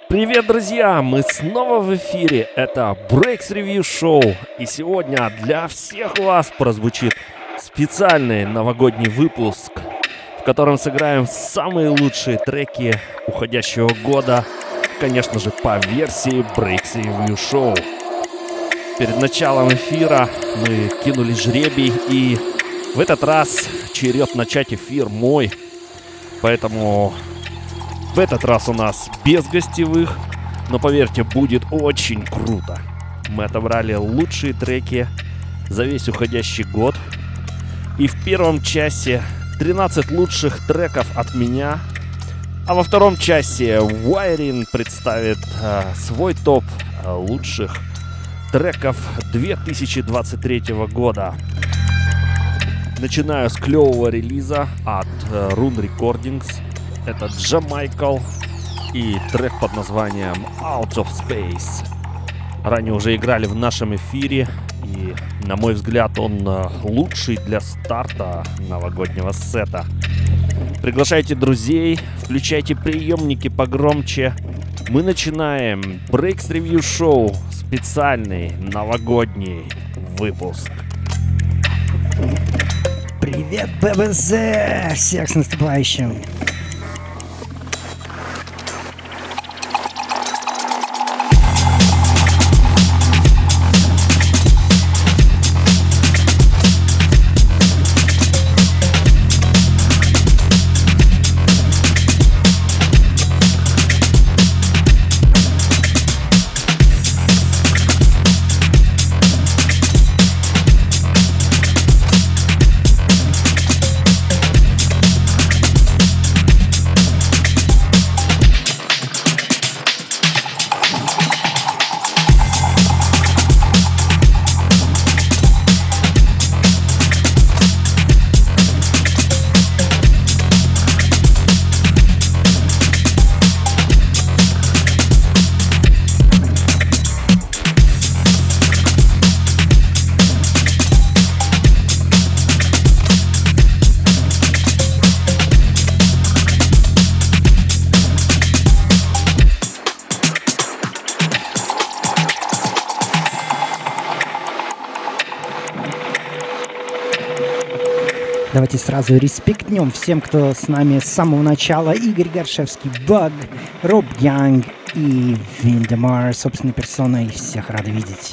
Привет, друзья! Мы снова в эфире. Это Breaks Review Show. И сегодня для всех вас прозвучит специальный новогодний выпуск, в котором сыграем самые лучшие треки уходящего года, конечно же, по версии Breaks Review Show. Перед началом эфира мы кинули жребий, и в этот раз черед начать эфир мой. Поэтому в этот раз у нас без гостевых, но поверьте, будет очень круто. Мы отобрали лучшие треки за весь уходящий год. И в первом часе 13 лучших треков от меня. А во втором часе Wiring представит свой топ лучших треков 2023 года. Начинаю с клевого релиза от Rune Recordings. Это Джамайкл и трек под названием Out of Space. Ранее уже играли в нашем эфире, и, на мой взгляд, он лучший для старта новогоднего сета. Приглашайте друзей, включайте приемники погромче. Мы начинаем Breaks Review Show, специальный новогодний выпуск. Привет, ББЗ! Всех с наступающим! Давайте сразу респектнем всем, кто с нами с самого начала. Игорь Горшевский, Баг, Роб Янг и Виндемар собственной персоной. Всех рады видеть.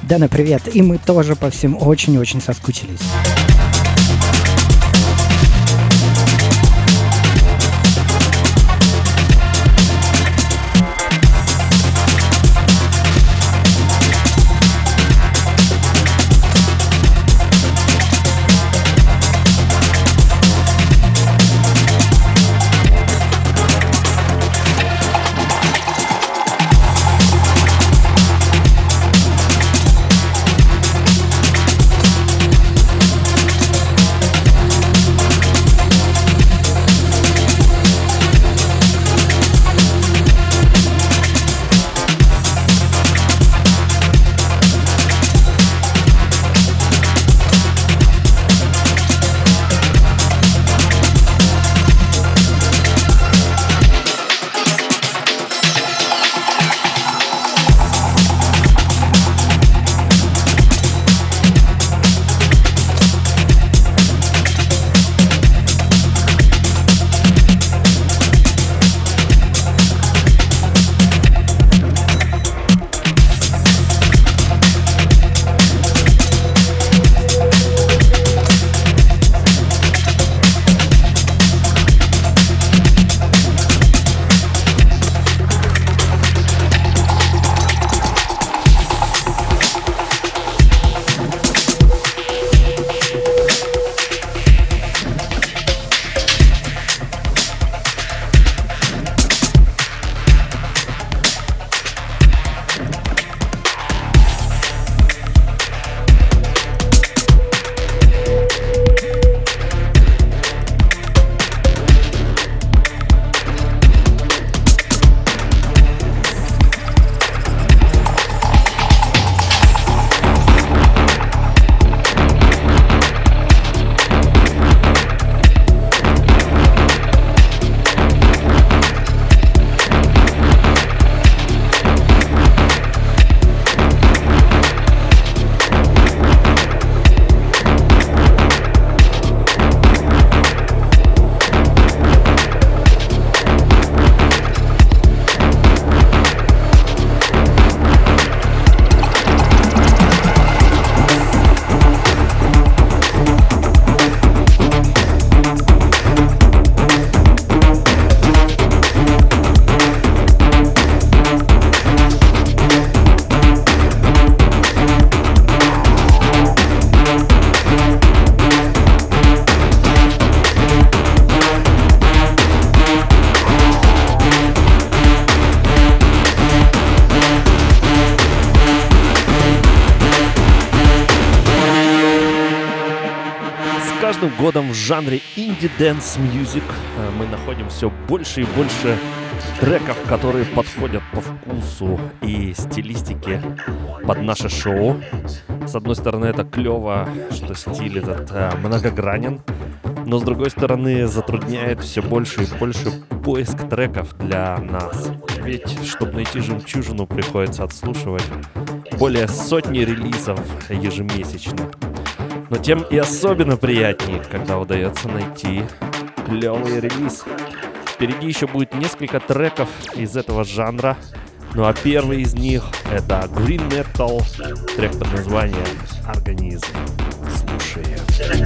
Дана, привет. И мы тоже по всем очень-очень соскучились. каждым годом в жанре инди-дэнс мьюзик мы находим все больше и больше треков, которые подходят по вкусу и стилистике под наше шоу. С одной стороны, это клево, что стиль этот многогранен, но с другой стороны, затрудняет все больше и больше поиск треков для нас. Ведь, чтобы найти жемчужину, приходится отслушивать более сотни релизов ежемесячно. Но тем и особенно приятнее, когда удается найти клевый релиз. Впереди еще будет несколько треков из этого жанра. Ну а первый из них — это Green Metal, трек под названием «Организм». Слушай.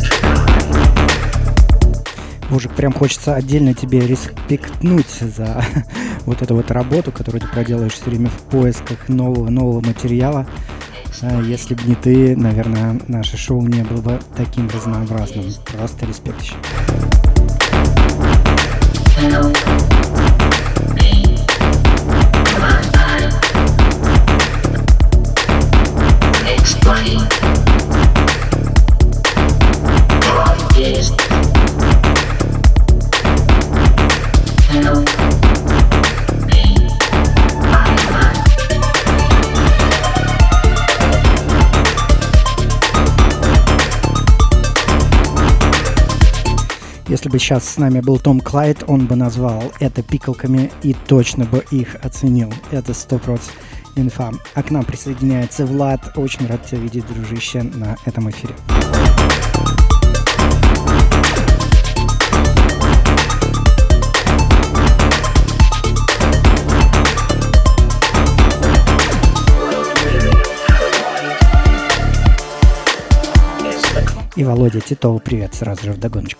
Боже, прям хочется отдельно тебе респектнуть за вот эту вот работу, которую ты проделаешь все время в поисках нового материала. Если бы не ты, наверное, наше шоу не было бы таким разнообразным. Просто респект еще. Если бы сейчас с нами был Том Клайд, он бы назвал это пикалками и точно бы их оценил. Это 100% инфа. А к нам присоединяется Влад. Очень рад тебя видеть, дружище, на этом эфире. И Володя Титов, привет, сразу же вдогоночку.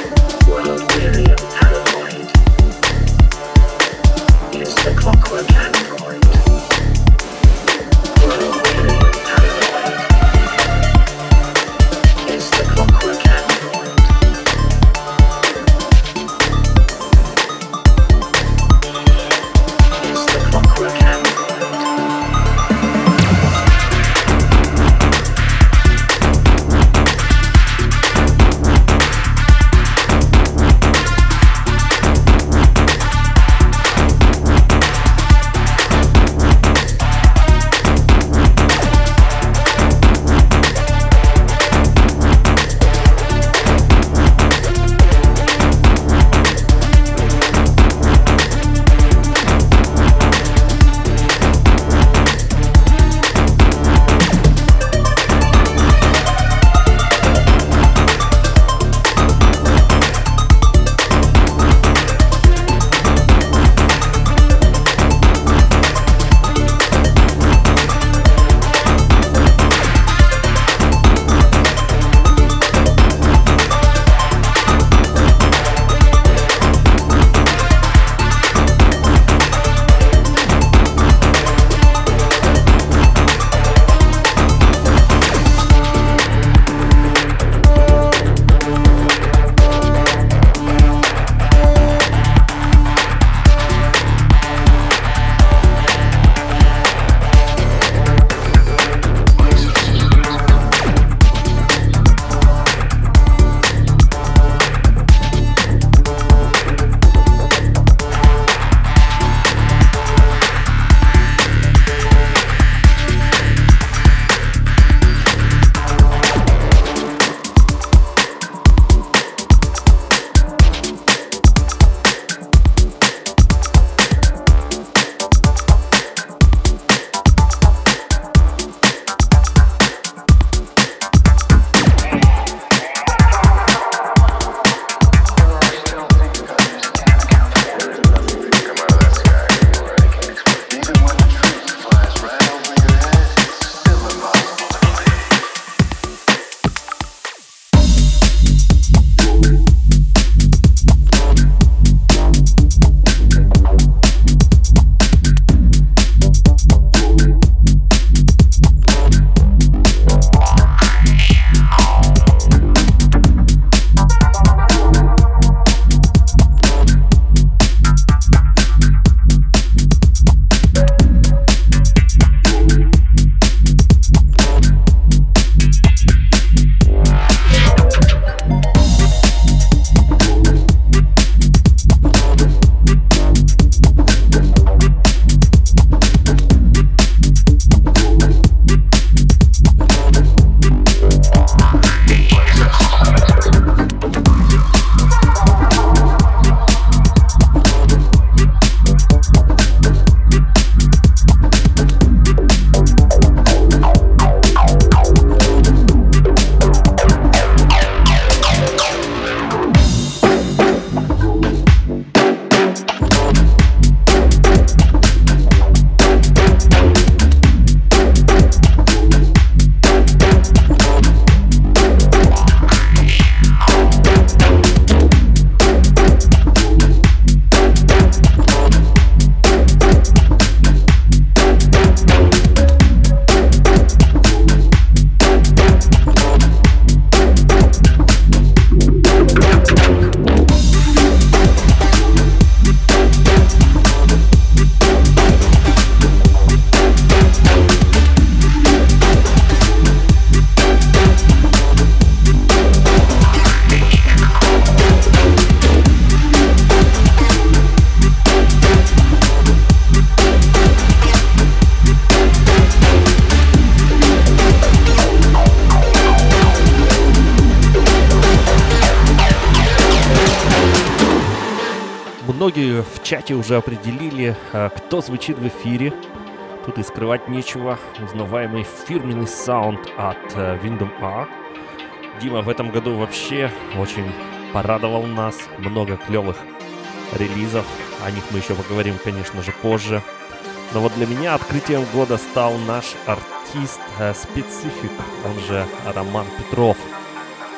Многие в чате уже определили, кто звучит в эфире. Тут и скрывать нечего. Узнаваемый фирменный саунд от Windom R. Дима в этом году вообще очень порадовал нас. Много клевых релизов. О них мы еще поговорим, конечно же, позже. Но вот для меня открытием года стал наш артист Specific, он же Роман Петров.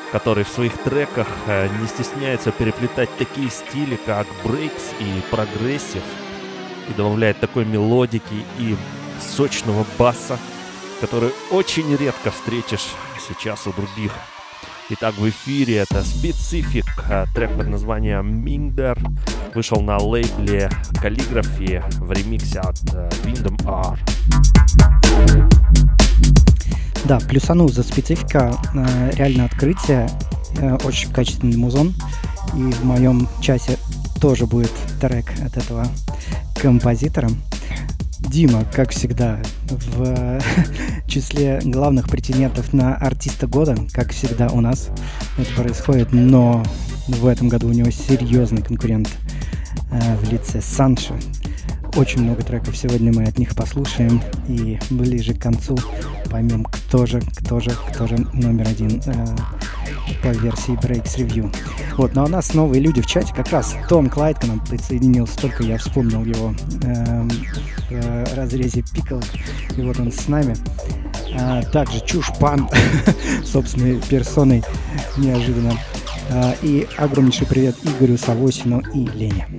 который в своих треках не стесняется переплетать такие стили, как брейкс и прогрессив, и добавляет такой мелодики и сочного баса, который очень редко встретишь сейчас у других. Итак, в эфире это Specific, трек под названием Minder, вышел на лейбле Calligraphy в ремиксе от Windom R. Да, плюсану за специфика, реально открытие, очень качественный музон, и в моем часе тоже будет трек от этого композитора. Дима, как всегда, в числе главных претендентов на артиста года, как всегда у нас это происходит, но в этом году у него серьезный конкурент в лице Санши. Очень много треков сегодня мы от них послушаем, и ближе к концу поймем, кто же номер один по версии Breaks Review. Вот, ну а у нас новые люди в чате, как раз Том Клайд к нам присоединился, только я вспомнил его в разрезе пикал, и вот он с нами. Также Чушпан собственной персоной, неожиданно. И огромнейший привет Игорю Савосину и Лене.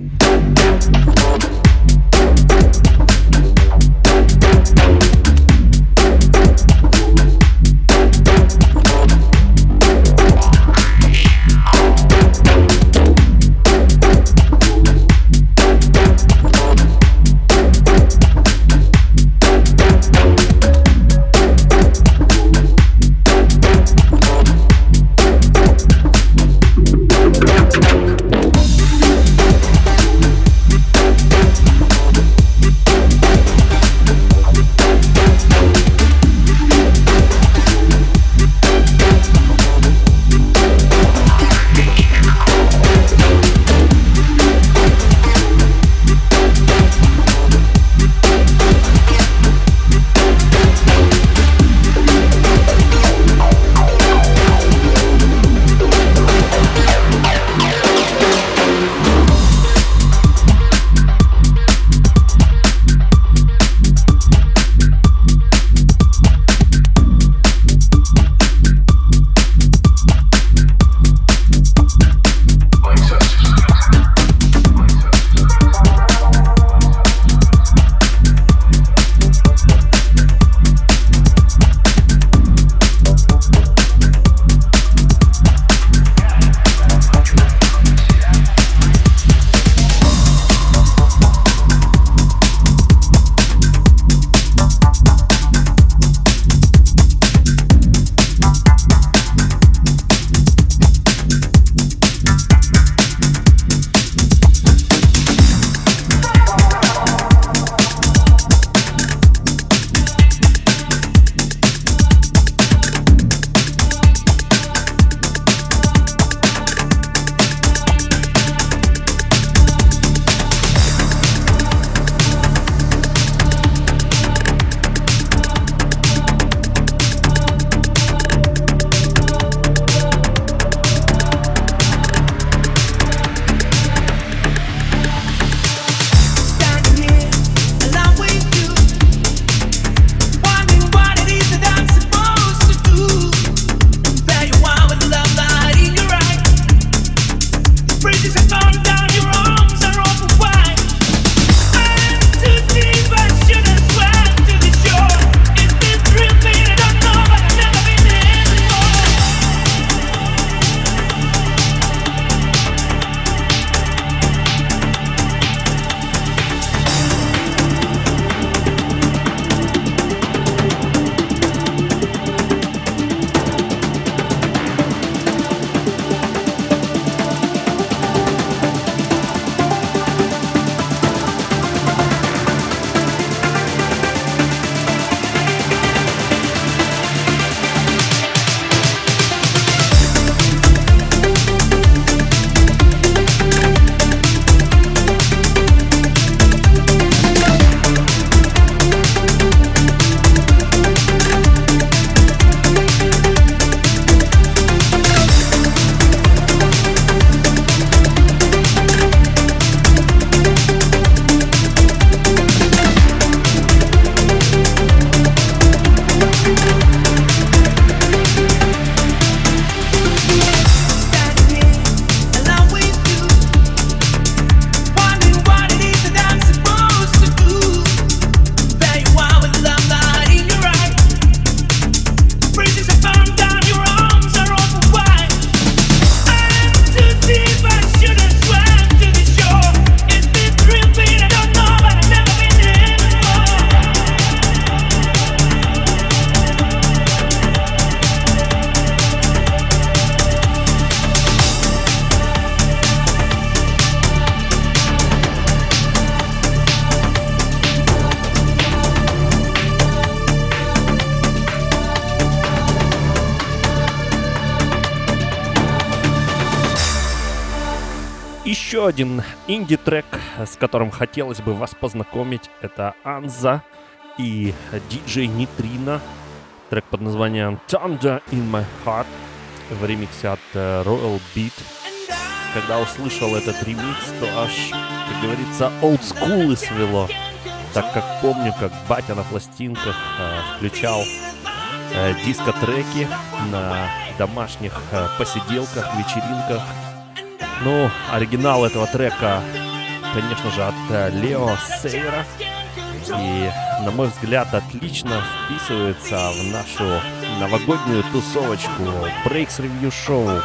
еще один инди-трек, с которым хотелось бы вас познакомить. Это Анза и DJ Nitrino. Трек под названием Thunder in My Heart в ремиксе от Royal Beat. Когда услышал этот ремикс, то аж, как говорится, олдскулы свело. Так как помню, как батя на пластинках включал диско-треки на домашних посиделках, вечеринках. Ну, оригинал этого трека, конечно же, от Лео Сейра. И, на мой взгляд, отлично вписывается в нашу новогоднюю тусовочку Breaks Review Show.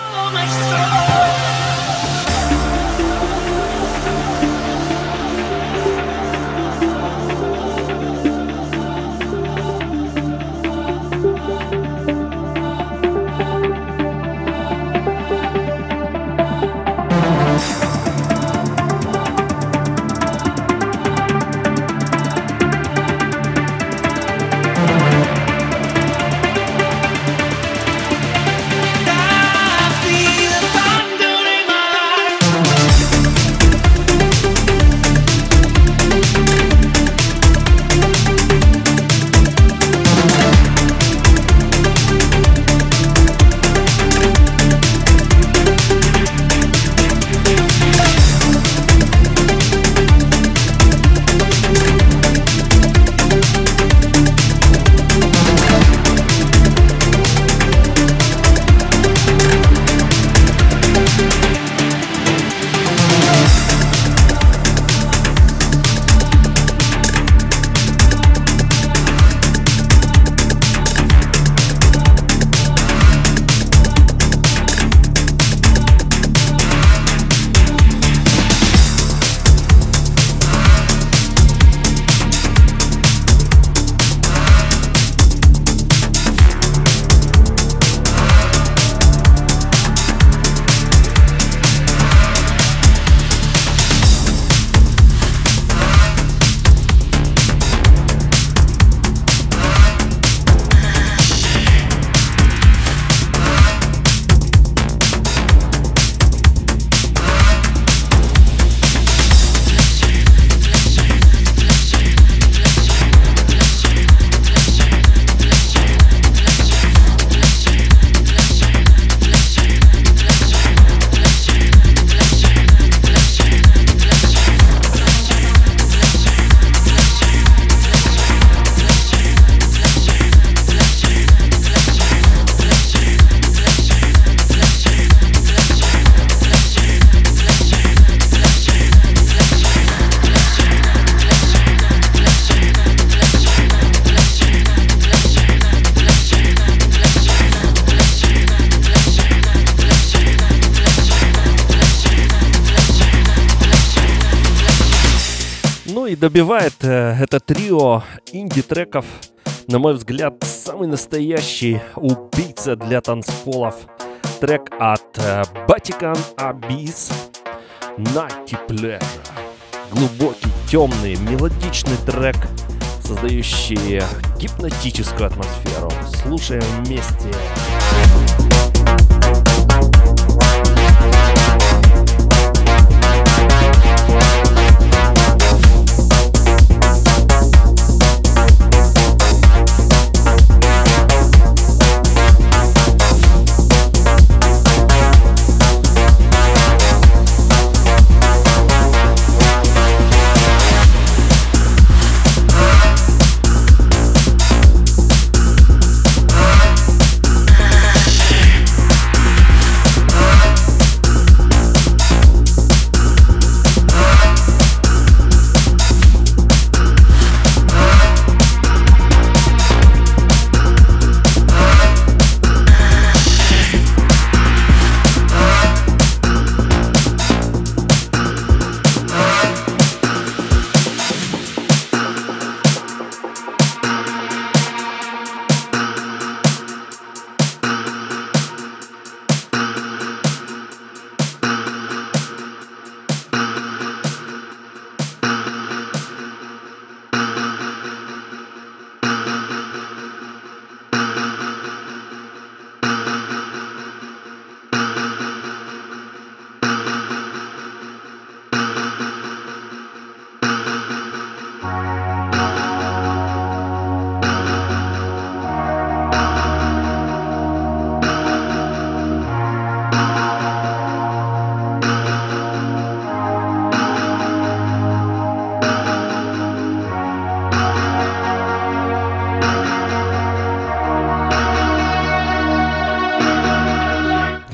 И добивает это трио инди-треков, на мой взгляд, самый настоящий убийца для танцполов. Трек от Vatican Abyss Nighty Pleasure. Глубокий, темный, мелодичный трек, создающий гипнотическую атмосферу. Слушаем вместе.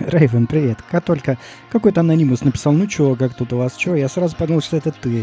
Рейвен, привет. Как только какой-то анонимус написал, ну чё, как тут у вас, чё, я сразу подумал, что это ты.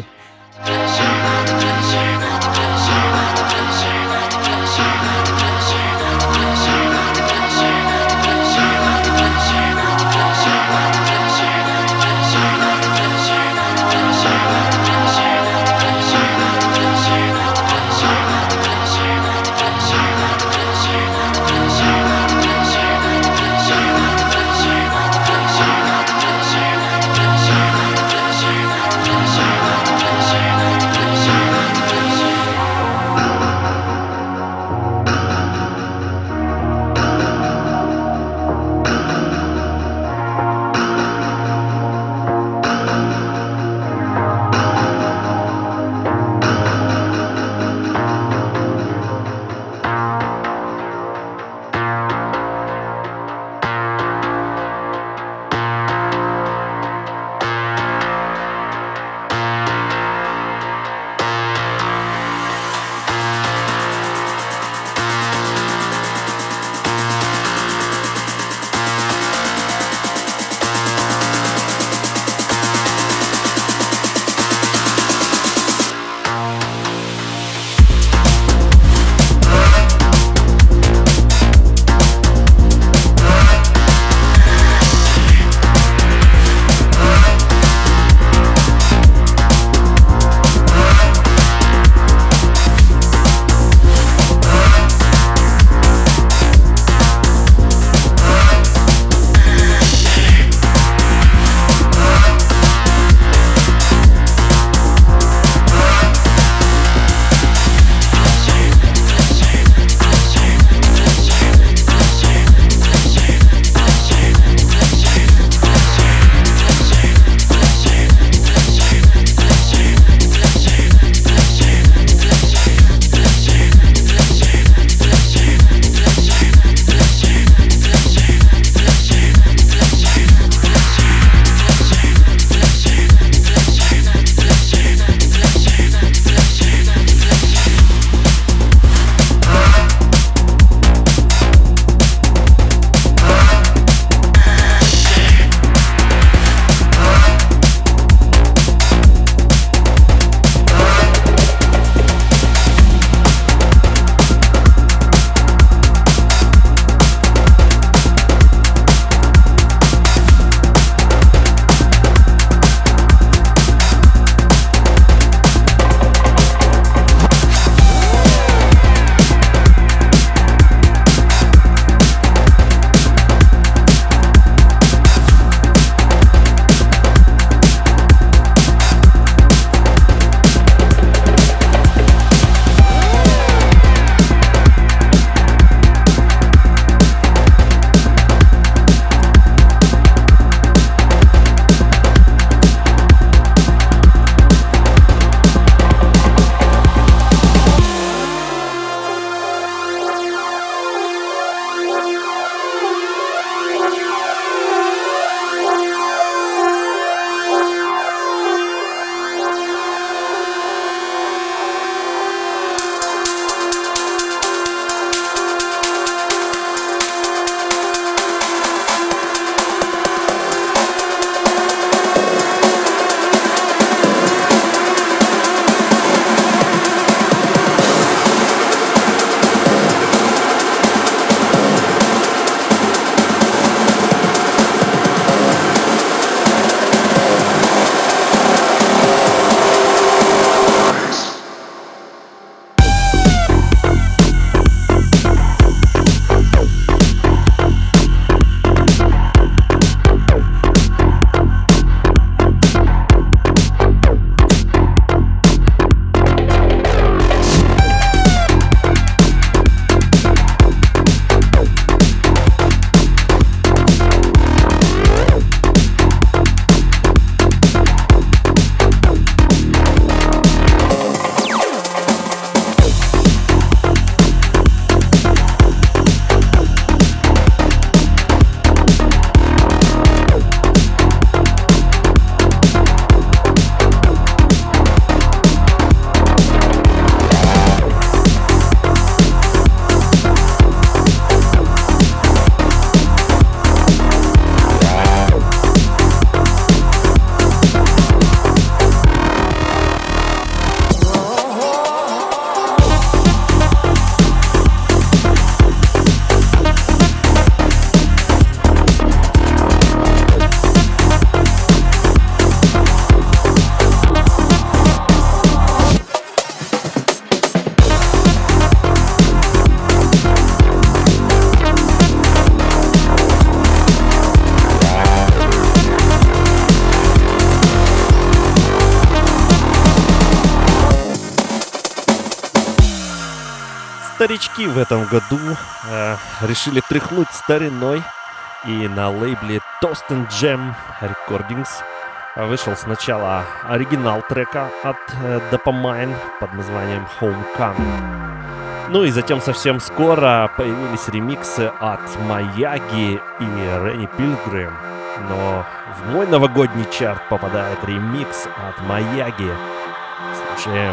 Старички в этом году решили тряхнуть стариной, и на лейбле Toast and Jam Recordings вышел сначала оригинал трека от Dopamine под названием Homecoming. Ну и затем совсем скоро появились ремиксы от Miyagi и Rennie Pilgrim. Но в мой новогодний чарт попадает ремикс от Miyagi. Слушаем.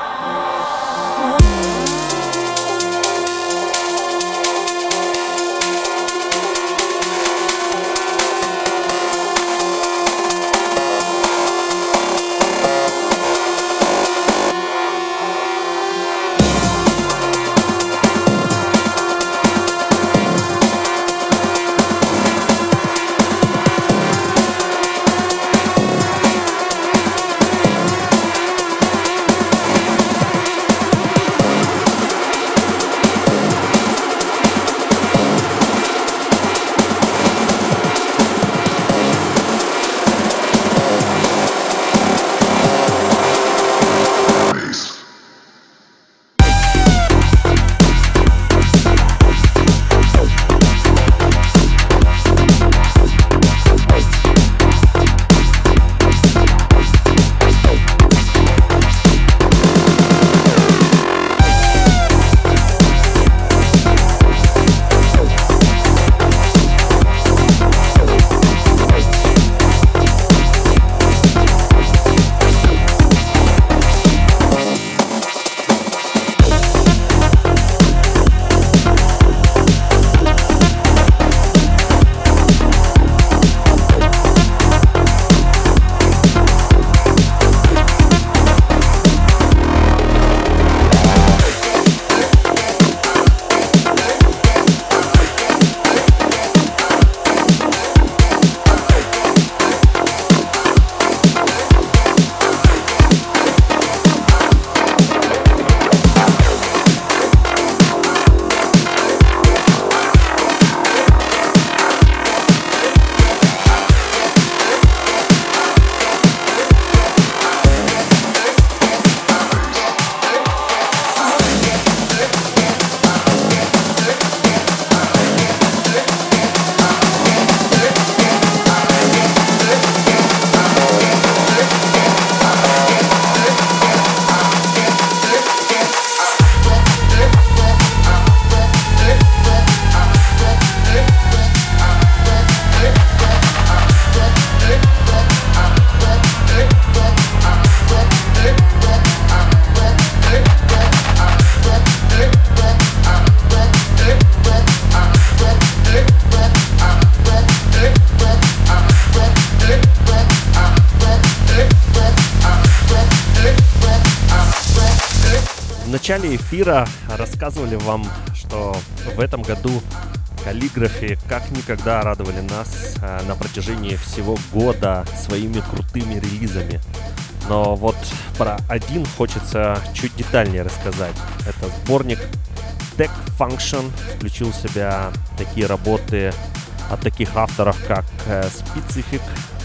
В начале эфира рассказывали вам, что в этом году Calligraphy как никогда радовали нас на протяжении всего года своими крутыми релизами. Но вот про один хочется чуть детальнее рассказать. Это сборник Tech Function. Включил в себя такие работы от таких авторов, как Specific,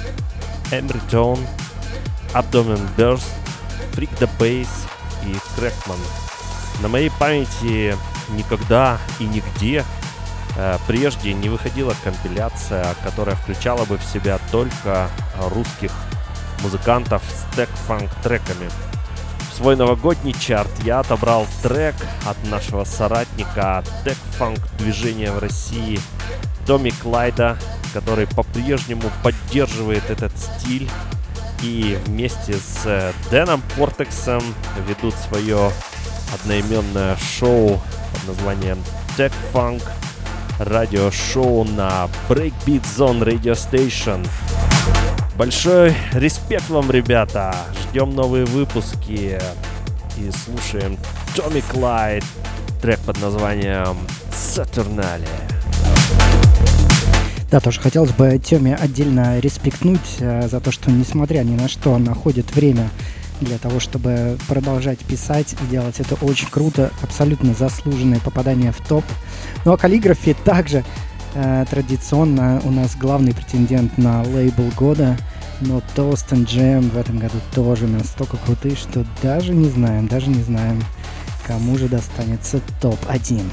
Emerytone, Abdomen Burst, Freak the Bass и Crackman. На моей памяти никогда и нигде прежде не выходила компиляция, которая включала бы в себя только русских музыкантов с тек-фанк треками. В свой новогодний чарт я отобрал трек от нашего соратника тек-фанк движения в России Томми Клайда, который по-прежнему поддерживает этот стиль и вместе с Дэном Портексом ведут свое одноименное шоу под названием Tech Funk радиошоу на Breakbeat Zone Radio Station. Большой респект вам, ребята! Ждем новые выпуски и слушаем Томми Клайд, трек под названием Saturnalia. Да, тоже хотелось бы Тёме отдельно респектнуть за то, что, несмотря ни на что, он находит время для того, чтобы продолжать писать и делать это очень круто, абсолютно заслуженное попадание в топ. Ну а Calligraphy также традиционно у нас главный претендент на лейбл года, но Toast and Jam в этом году тоже настолько крутые, что даже не знаем. Кому же достанется топ-1?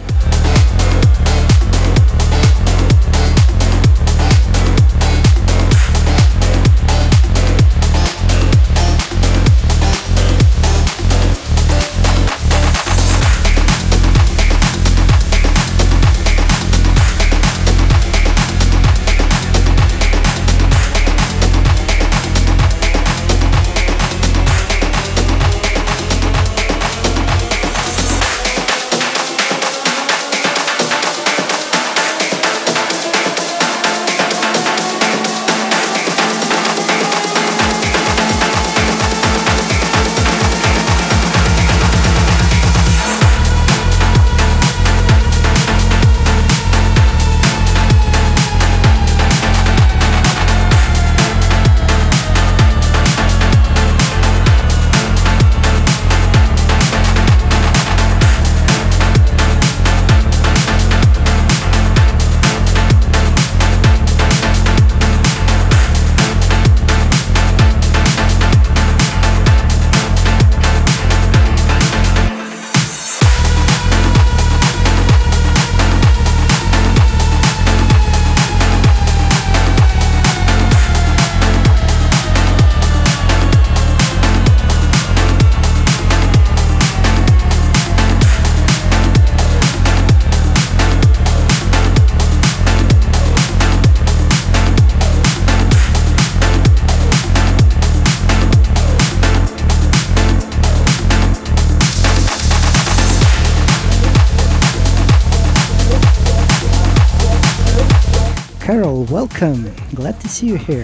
Carol, welcome. Glad to see you here.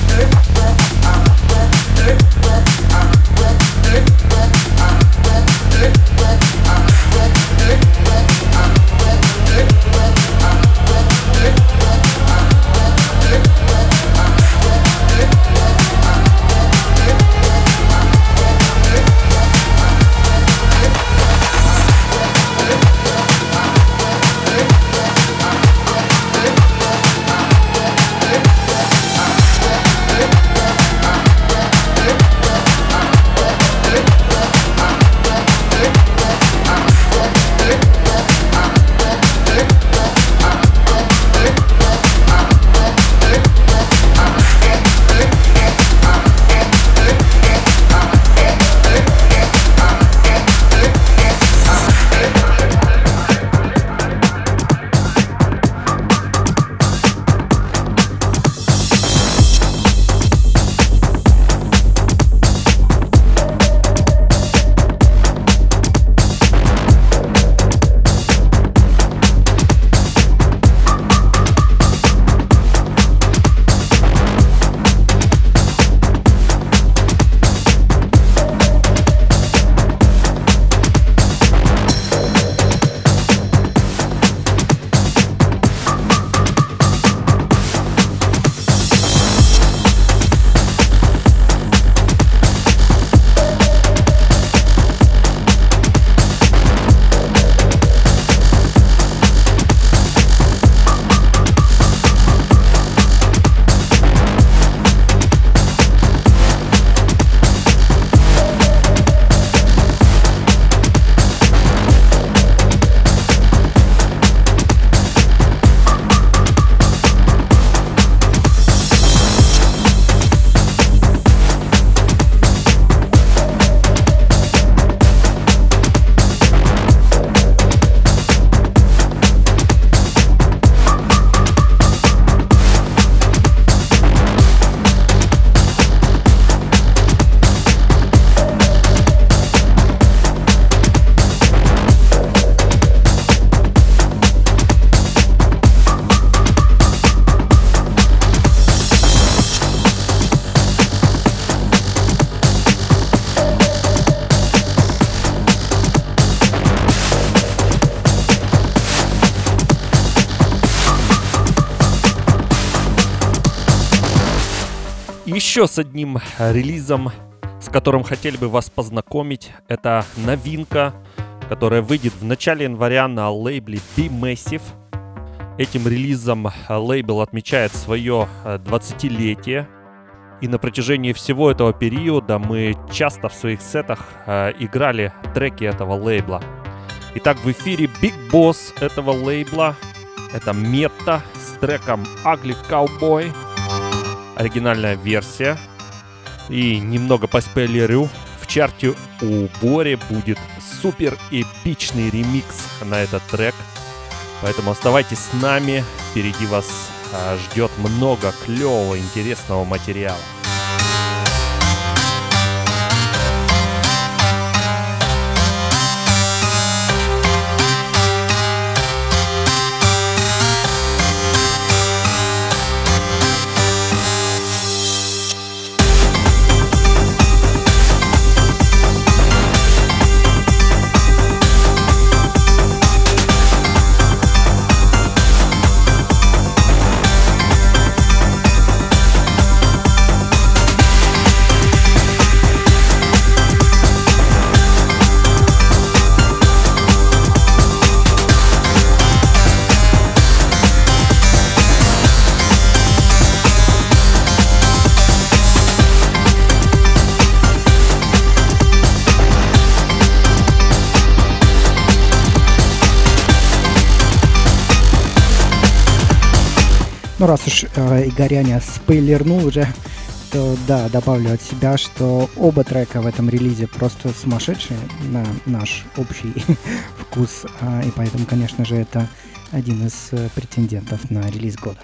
Еще с одним релизом, с которым хотели бы вас познакомить. Это новинка, которая выйдет в начале января на лейбле Be Massive. Этим релизом лейбл отмечает свое 20-летие. И на протяжении всего этого периода мы часто в своих сетах играли треки этого лейбла. Итак, в эфире Big Boss этого лейбла. Это Мета с треком Ugly Cowboy. Оригинальная версия. И немного поспойлерю. В чарте у Бори будет супер эпичный ремикс на этот трек. Поэтому оставайтесь с нами. Впереди вас ждет много клевого, интересного материала. Ну, раз уж Игоряня спойлернул уже, то да, добавлю от себя, что оба трека в этом релизе просто сумасшедшие на наш общий вкус. И поэтому, конечно же, это один из претендентов на релиз года.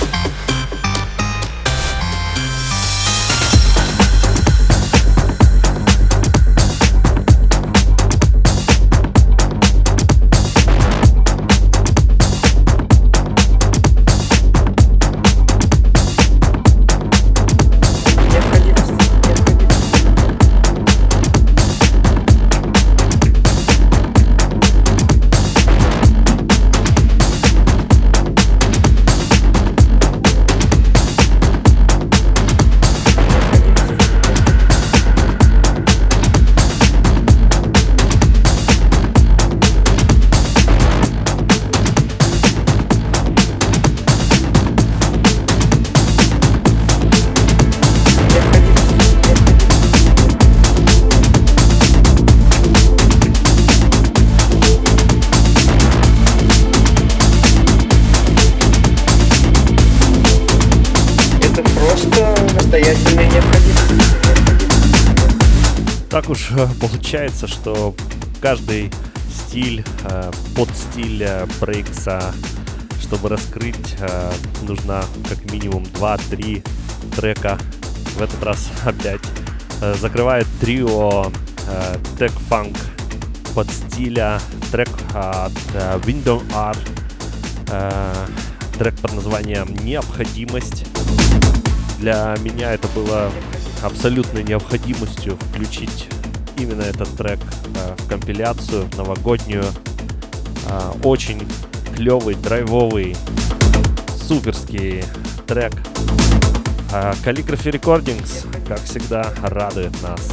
Так уж получается, что каждый стиль, подстиль брейкса, чтобы раскрыть, нужно как минимум 2-3 трека. В этот раз опять закрывает трио Tech Funk подстиля, трек от Window Art, трек под названием «Необходимость». Для меня это было абсолютной необходимостью включить именно этот трек в компиляцию, в новогоднюю. Очень клевый, драйвовый, суперский трек. Calligraphy Recordings, как всегда, радует нас.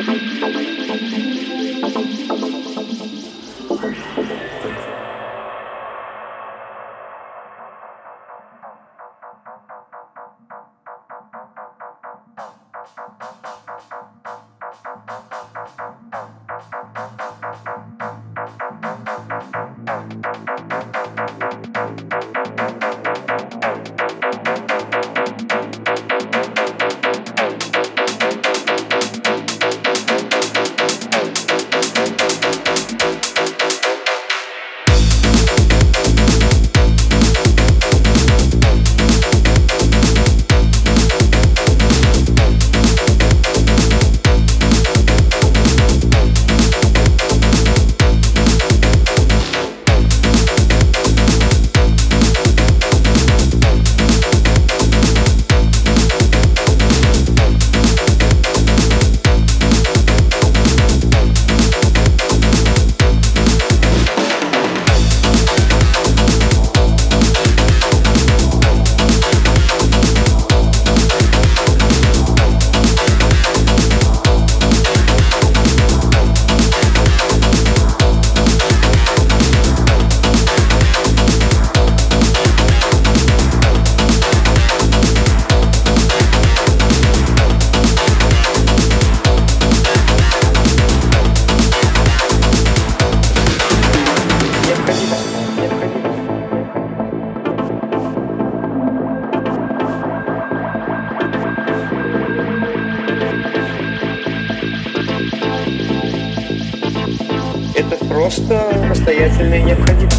Это просто настоятельная необходимость.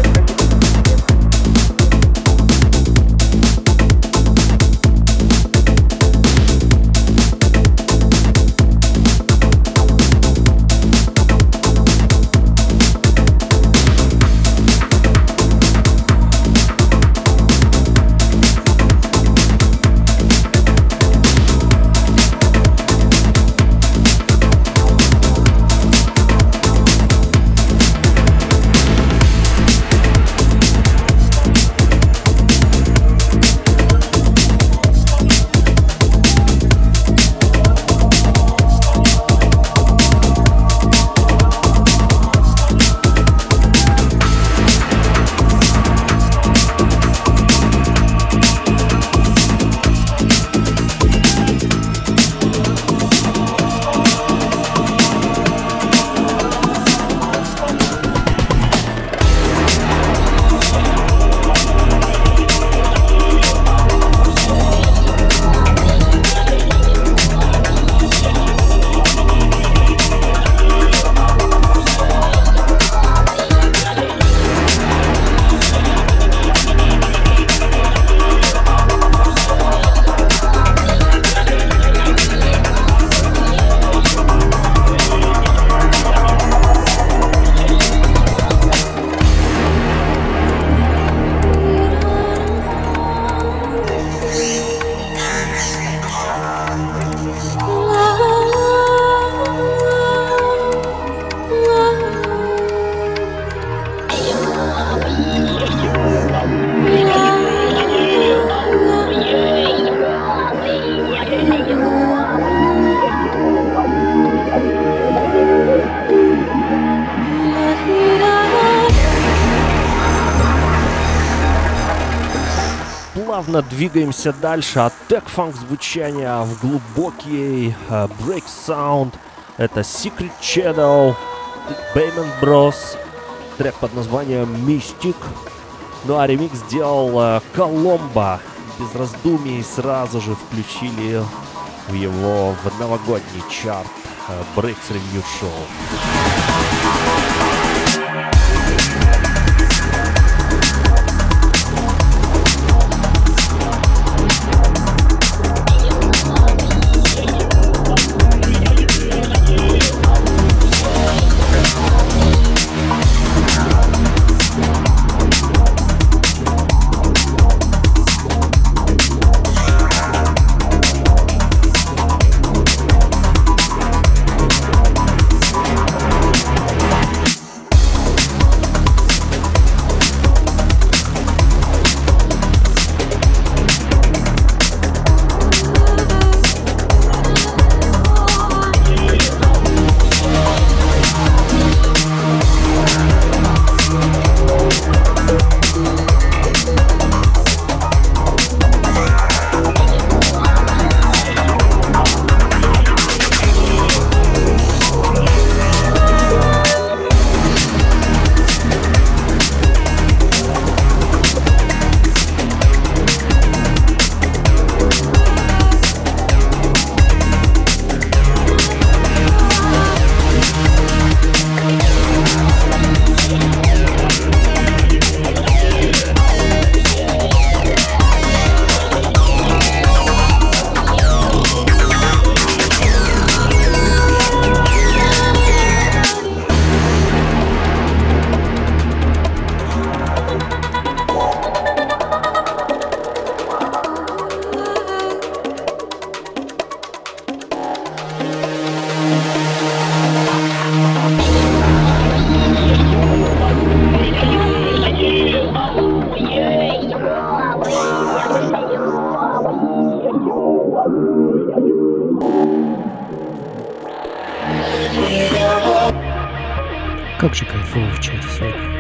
Плавно двигаемся дальше от тег-фанк звучания в глубокий брейк саунд. Это Secret Shadow, Bayman Bros, трек под названием Mystic. Ну а ремикс сделал Коломбо. Без раздумий сразу же включили в его в новогодний чарт Breaks Review Show. Как же кайфово в чате сегодня.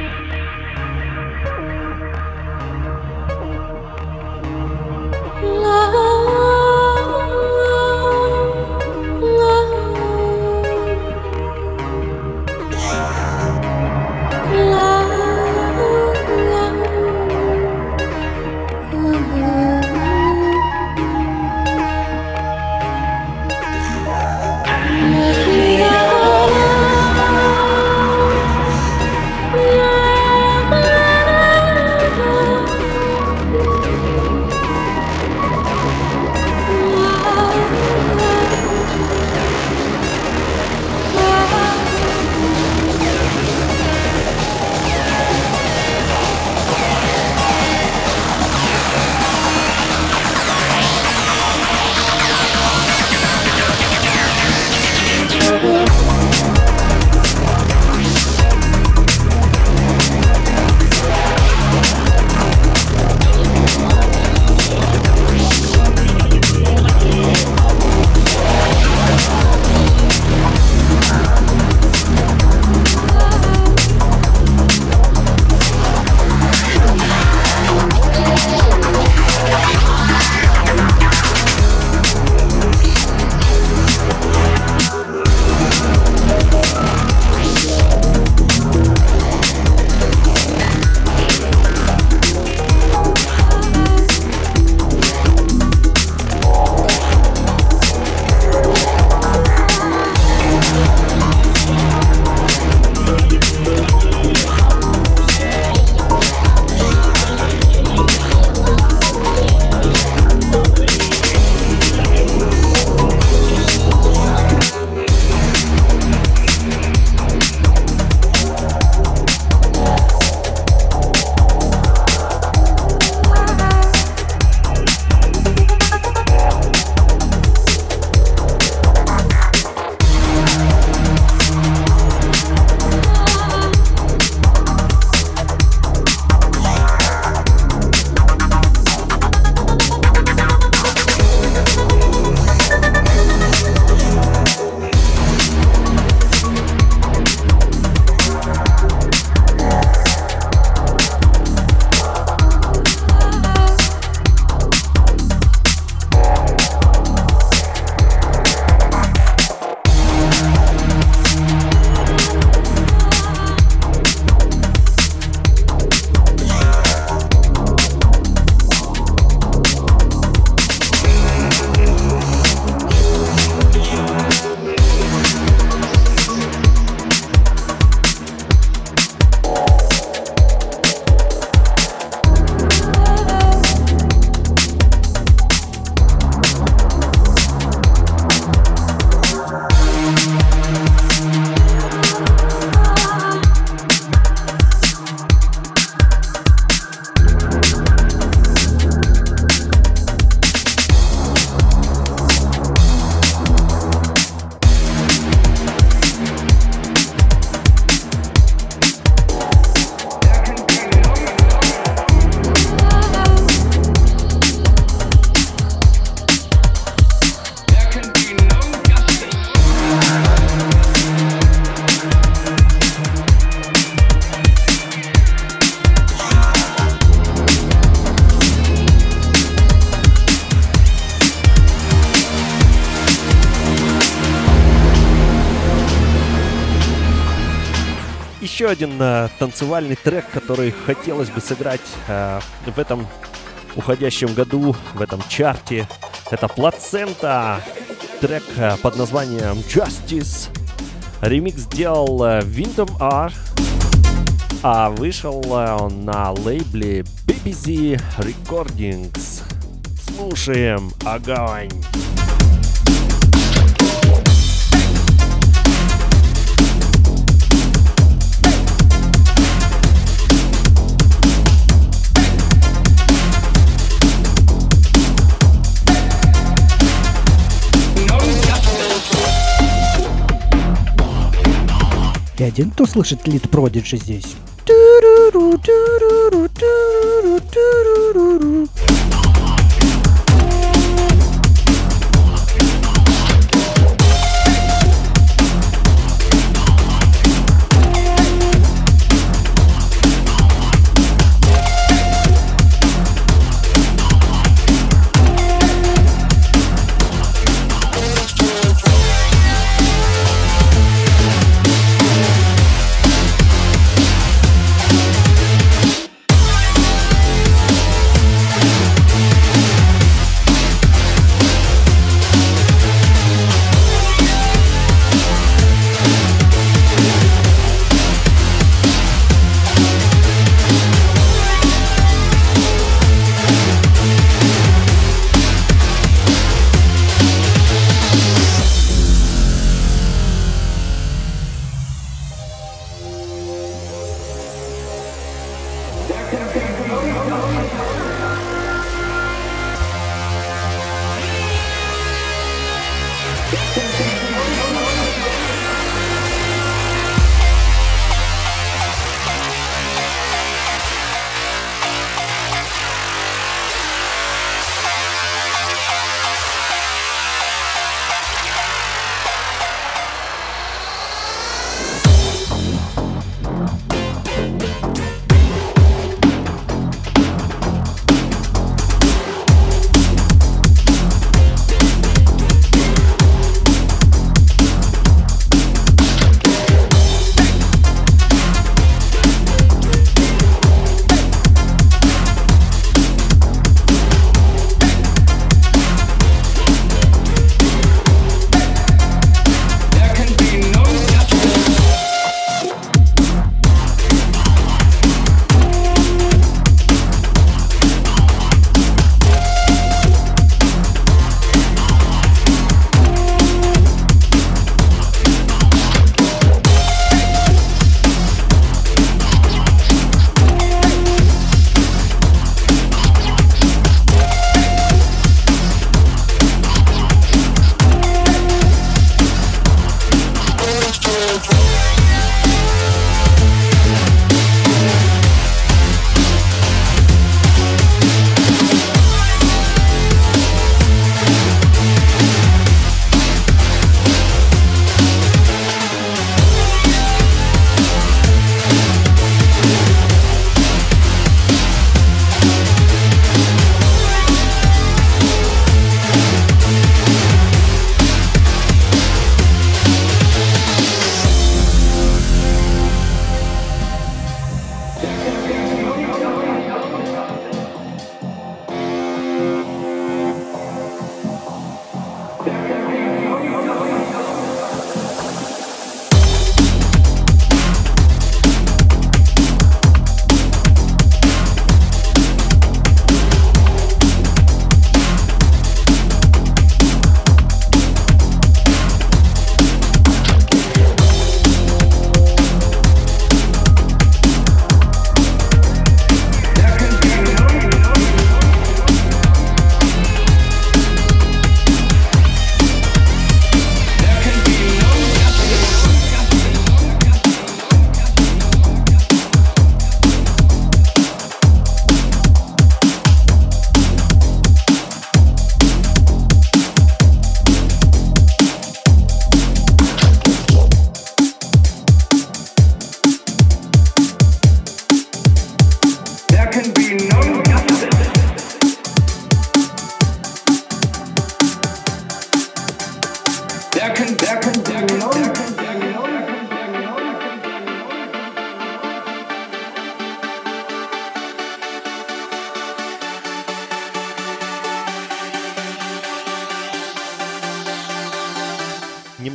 Еще один танцевальный трек, который хотелось бы сыграть в этом уходящем году, в этом чарте. Это Placenta, трек под названием Justice. Ремикс сделал Windom R, а вышел он на лейбле BBC Recordings. Слушаем огонь! Ты один, кто слышит Lead Prodigy здесь?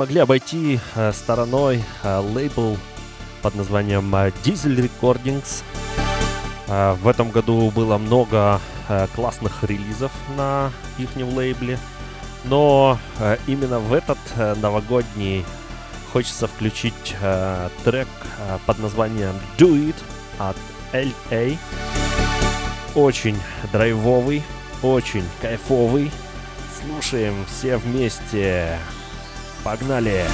смогли обойти стороной лейбл под названием Diesel Recordings. В этом году было много классных релизов на ихнем лейбле, но именно в этот новогодний хочется включить трек под названием Do It от LA. Очень драйвовый, очень кайфовый. Слушаем все вместе. Погнали!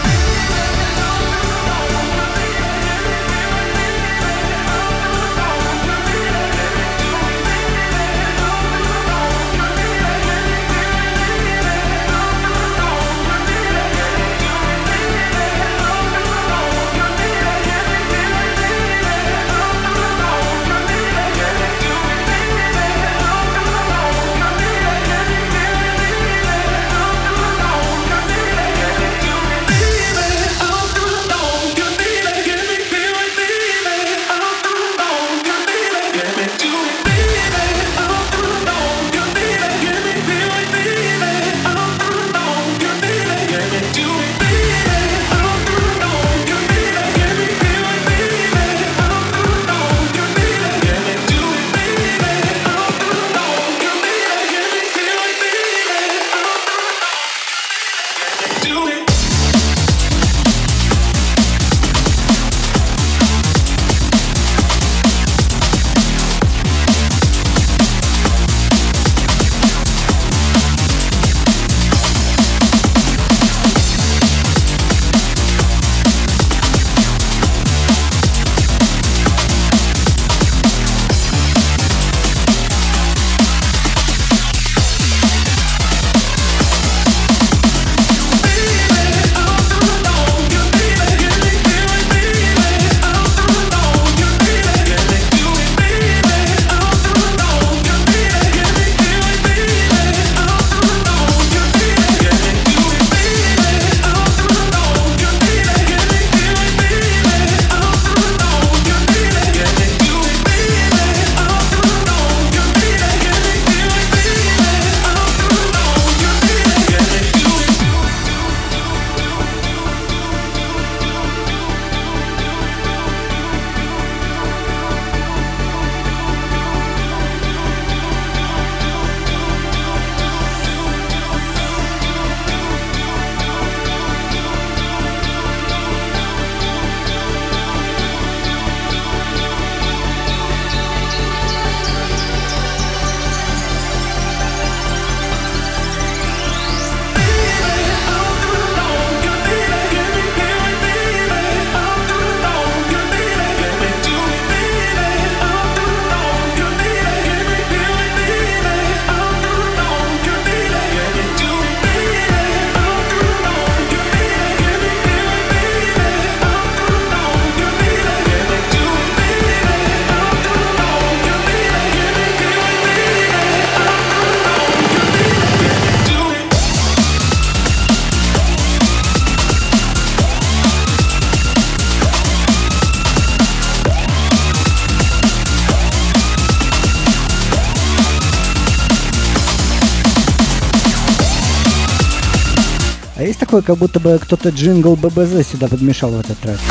Есть такое, как будто бы кто-то джингл ББЗ сюда подмешал в этот трек.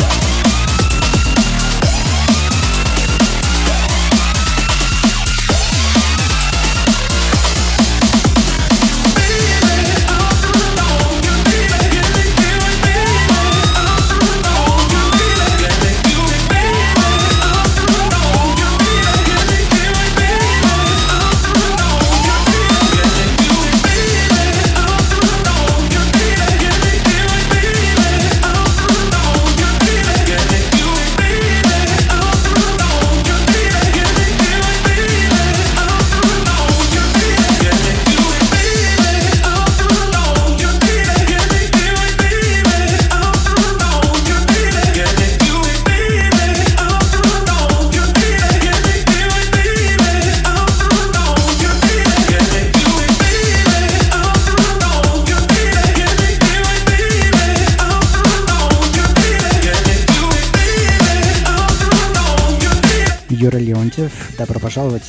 Юра Леонтьев, добро пожаловать.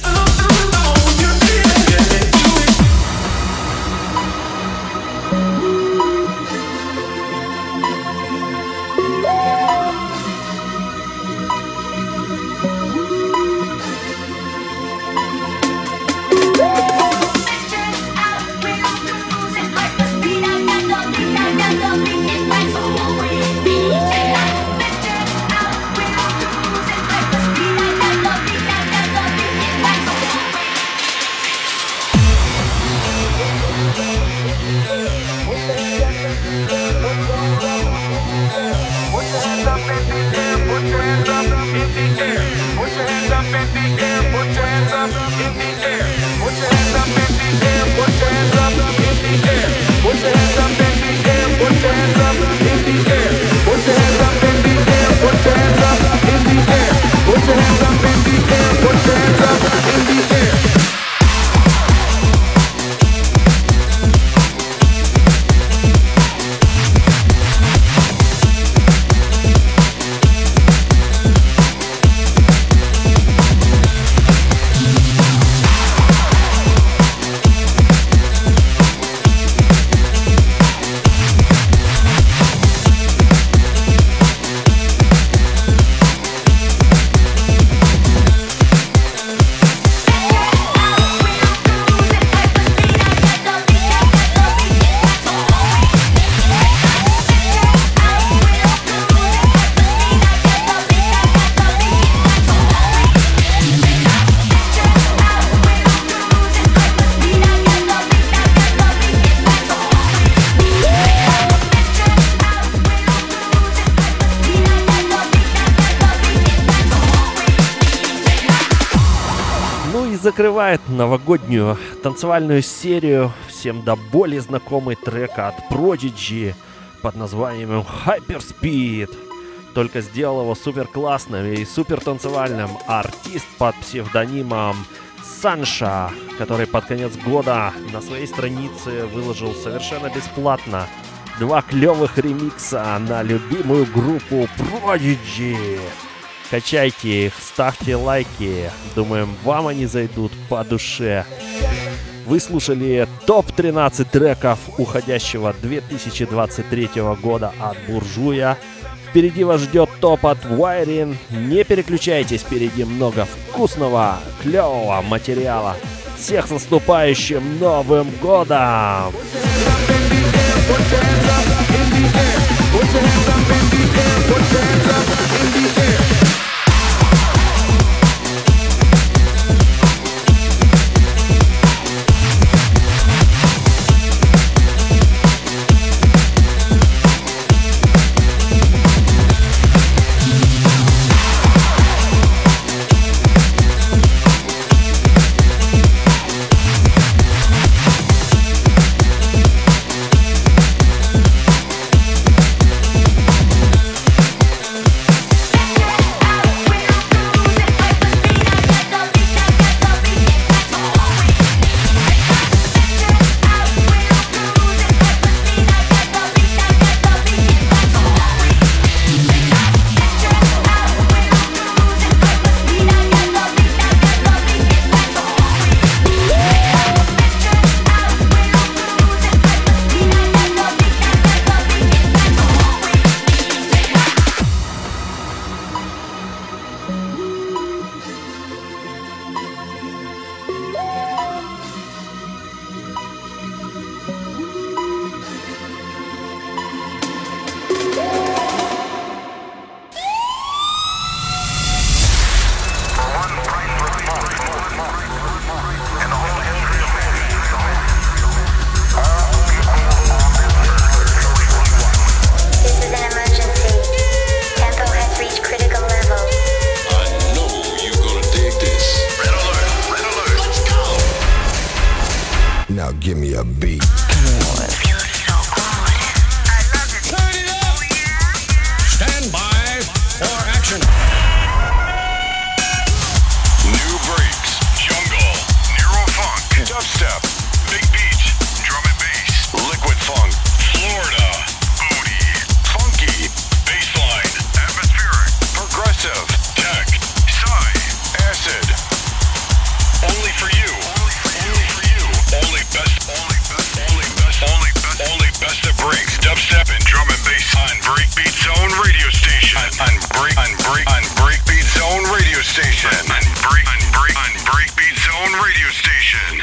закрывает новогоднюю танцевальную серию всем до боли знакомый трек от Prodigy под названием Hyperspeed. Только сделал его супер классным и супер танцевальным артист под псевдонимом Санша, который под конец года на своей странице выложил совершенно бесплатно 2 клевых ремикса на любимую группу Prodigy. Качайте их, ставьте лайки. Думаем, вам они зайдут по душе. Вы слушали топ-13 треков уходящего 2023 года от Буржуя. Впереди вас ждет топ от Wiring. Не переключайтесь, впереди много вкусного, клевого материала. Всех с наступающим Новым Годом! Now give me a beat. Stand by for action. New breaks, jungle, neurofunk, dubstep, big beat, drum and bass, liquid funk, Florida, booty, funky, bassline, atmospheric, progressive, tech, psy, acid. Only for you. Only for you. Only best that breaks dubstep and drum and bass on Breakbeat Zone radio station. On Breakbeat Zone radio station. On Breakbeat Zone radio station.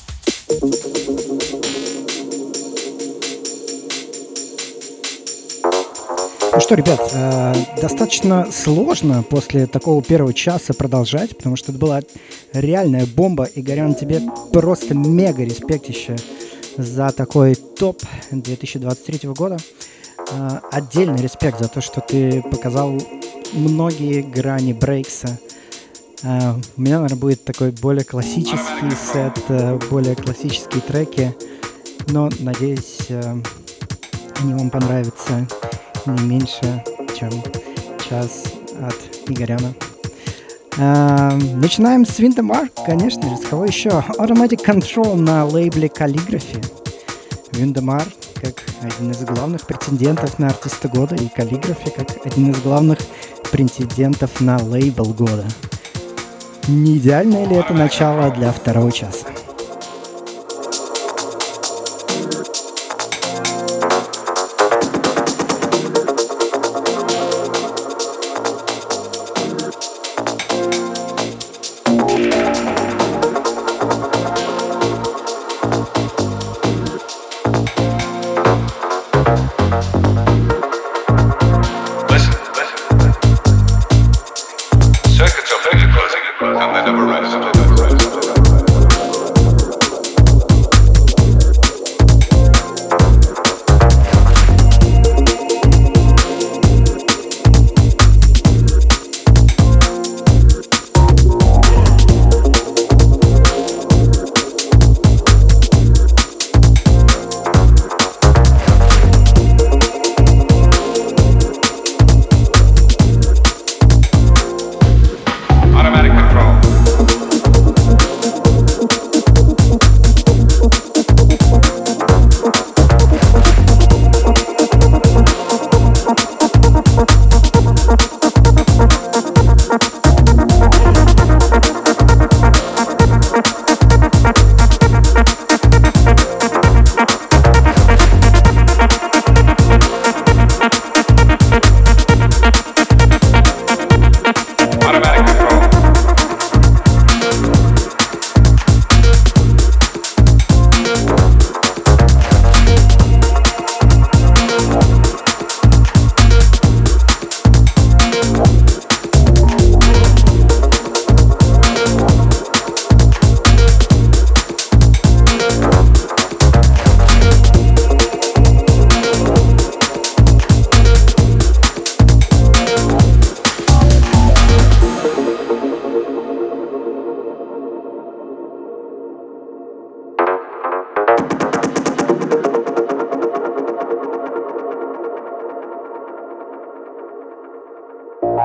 Ну что, ребят, достаточно сложно после такого первого часа продолжать, потому что это была реальная бомба. Игорян, тебе просто мега респектище за такой топ 2023 года. Отдельный респект за то, что ты показал многие грани брейкса. У меня, наверное, будет такой более классический сет, более классические треки, но, надеюсь, они вам понравятся не меньше, чем час от Игоряна. Начинаем с Виндемар, конечно же, с кого еще? Automatic Control на лейбле Calligraphy. Виндемар как один из главных претендентов на артиста года, и Calligraphy как один из главных претендентов на лейбл года. Не идеальное ли это начало для второго часа? Circuits are closing and they never rest.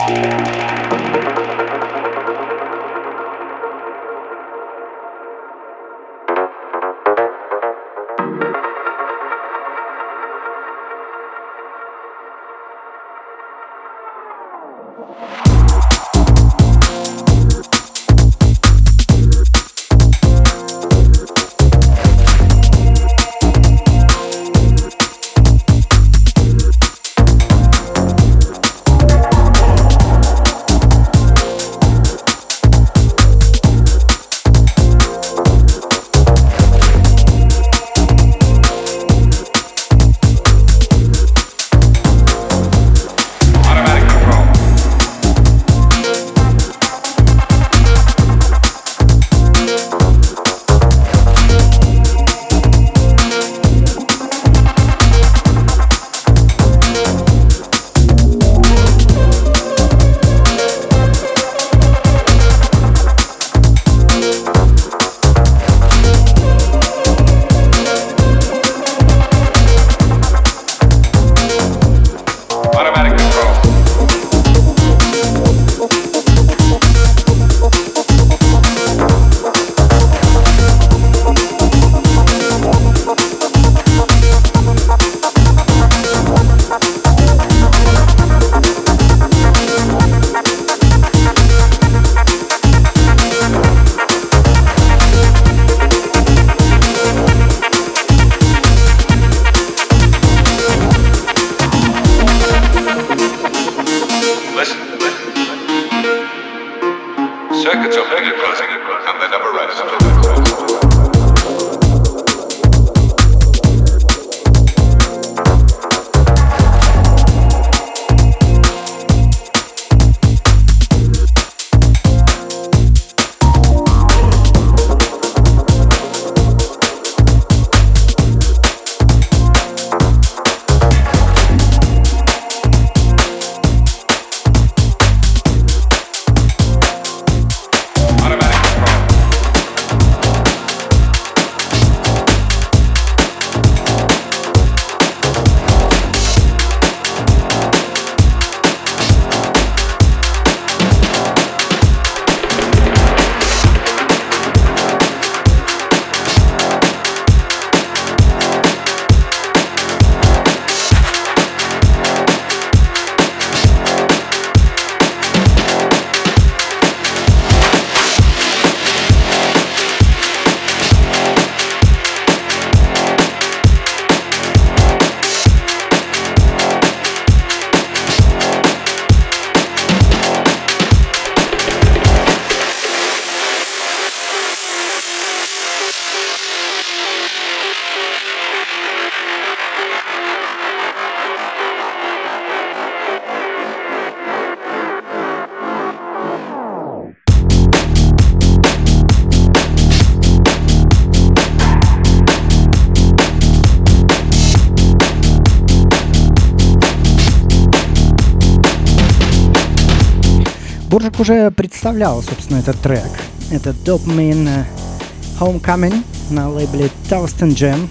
Буржик уже представлял, собственно, этот трек. Это Dopamine Homecoming на лейбле Toast and Jam.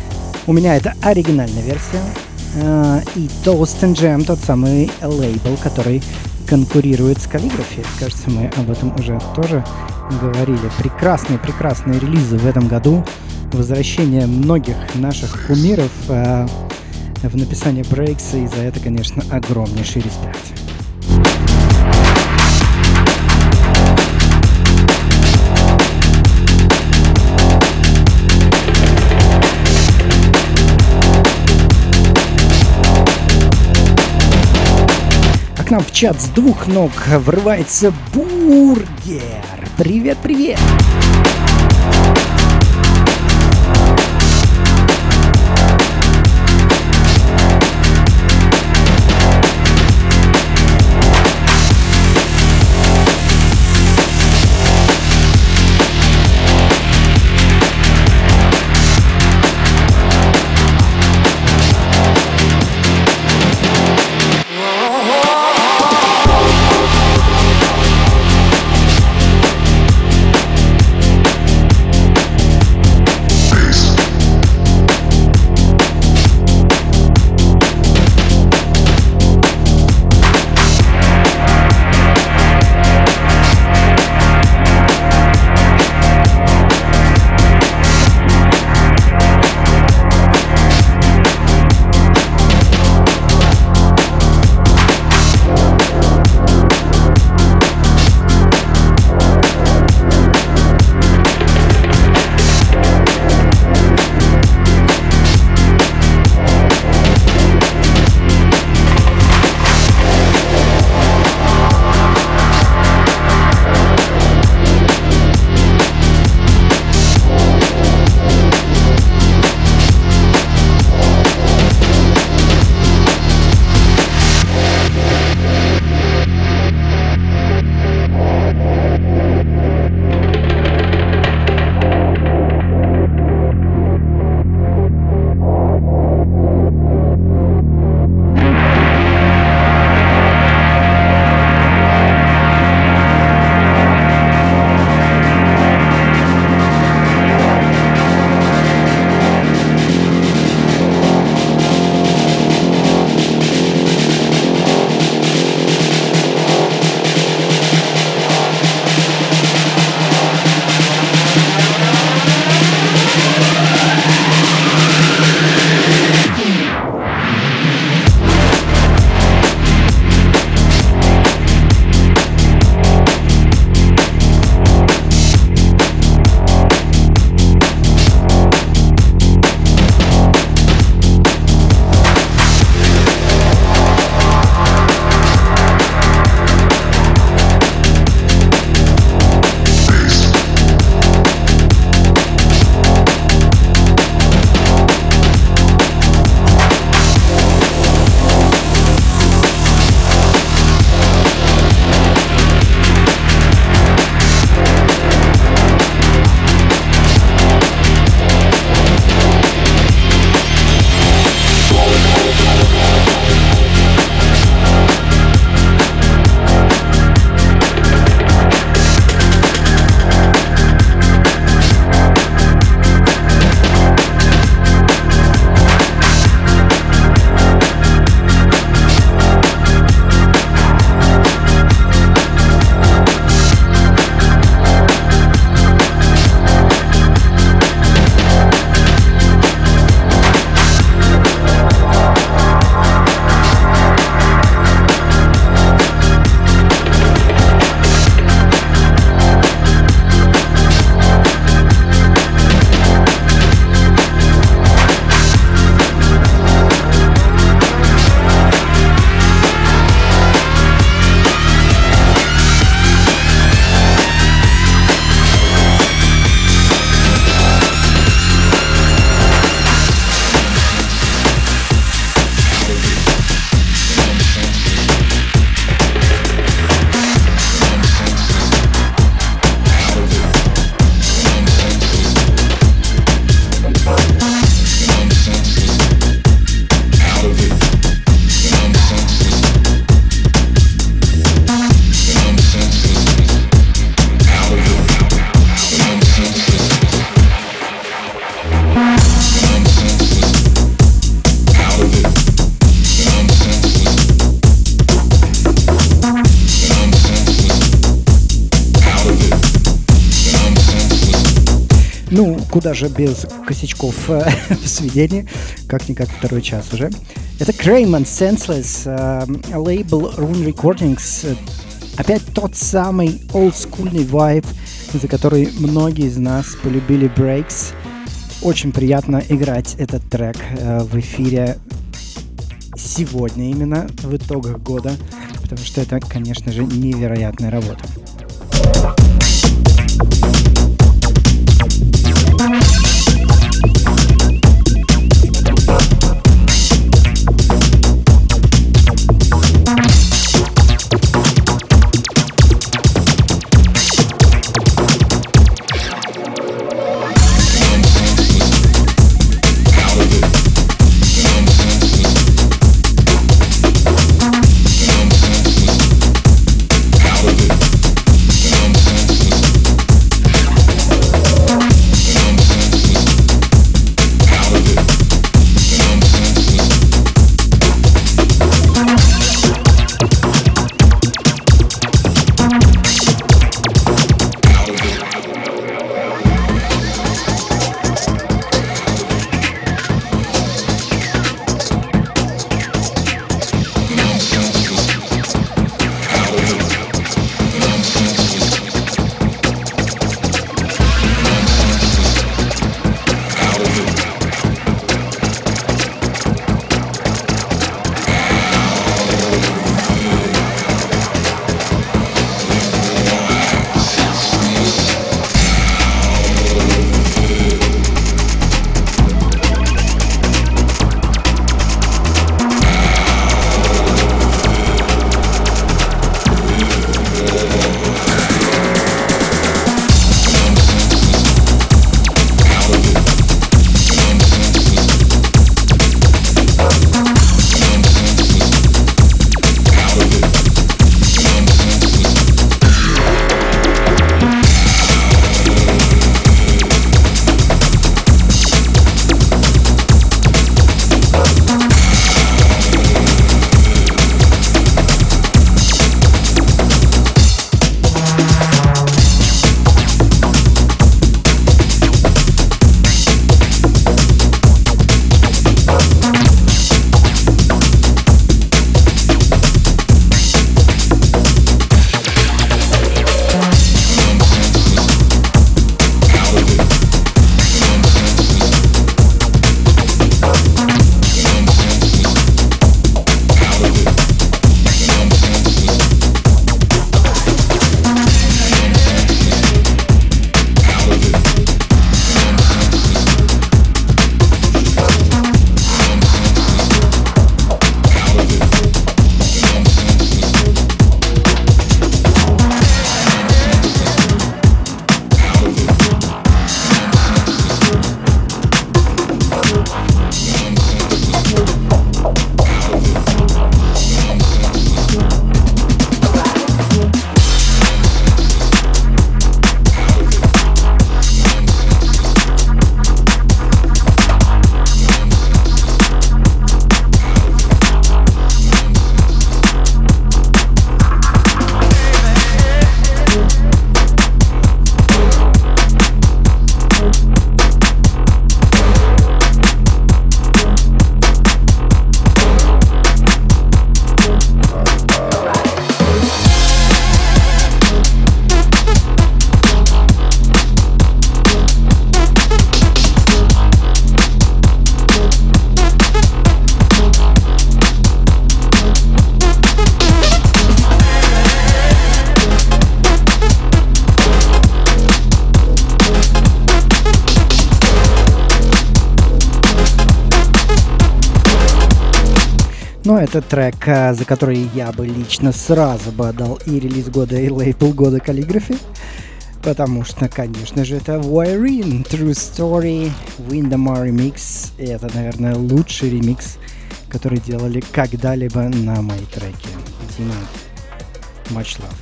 У меня это оригинальная версия. И Toast and Jam тот самый лейбл, который конкурирует с Calligraphy. Кажется, мы об этом уже тоже говорили. Прекрасные релизы в этом году. Возвращение многих наших кумиров в написании брейкса. И за это, конечно, огромнейший респект. К нам в чат с двух ног врывается Бургер. Привет! Ну, куда же без косячков в сведении, как-никак второй час уже. Это Crayman Senseless, лейбл Rune Recordings. Опять тот самый олдскульный вайб, за который многие из нас полюбили Breaks. Очень приятно играть этот трек в эфире сегодня именно, в итогах года, потому что это, конечно же, невероятная работа. Но это трек, за который я бы лично сразу бы отдал и релиз года, и лейбл года Calligraphy. Потому что, конечно же, это Wiring True Story Windamar Remix. И это, наверное, лучший ремикс, который делали когда-либо на мои треки. Дима, much love.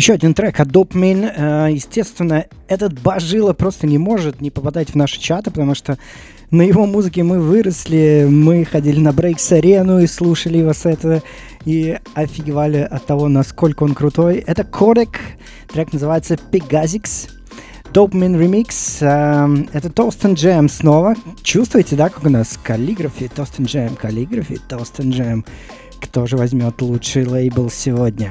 Еще один трек от Dopemin. Естественно, этот Бажило просто не может не попадать в наши чаты, потому что на его музыке мы выросли, мы ходили на Breaks-арену и слушали его сеты, и офигевали от того, насколько он крутой. Это Kodak, трек называется Pegazix. Dopemin Remix. Это Toast and Jam снова. Чувствуете, да, как у нас Calligraphy, Toast and Jam, Calligraphy, Toast and Jam. Кто же возьмет лучший лейбл сегодня?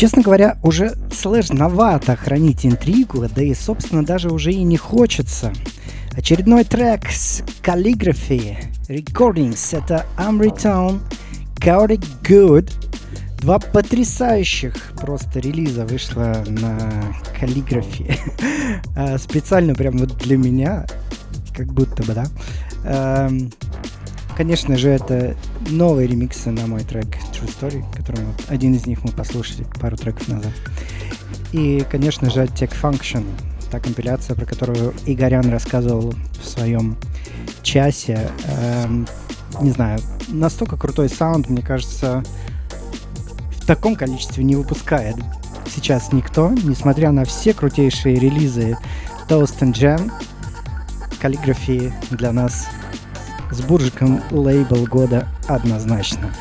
Честно говоря, уже сложновато хранить интригу, да и, собственно, даже уже и не хочется. Очередной трек с Calligraphy Recordings. Это Amritown, Chaotic Good. Два потрясающих просто релиза вышло на Calligraphy. Специально прям вот для меня, как будто бы, да. Конечно же, это новые ремиксы на мой трек True Story, который один из них мы послушали пару треков назад. И, конечно же, Tech Function, та компиляция, про которую Игорян рассказывал в своем часе. Не знаю, настолько крутой саунд, мне кажется, в таком количестве не выпускает сейчас никто, несмотря на все крутейшие релизы Toast and Jam. Calligraphy для нас с Буржиком лейбл года однозначно.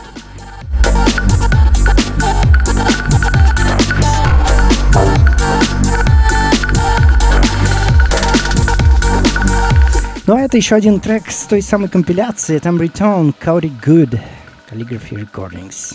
Ну а это еще один трек с той самой компиляции. Там Return, Chaotic Good, Calligraphy Recordings.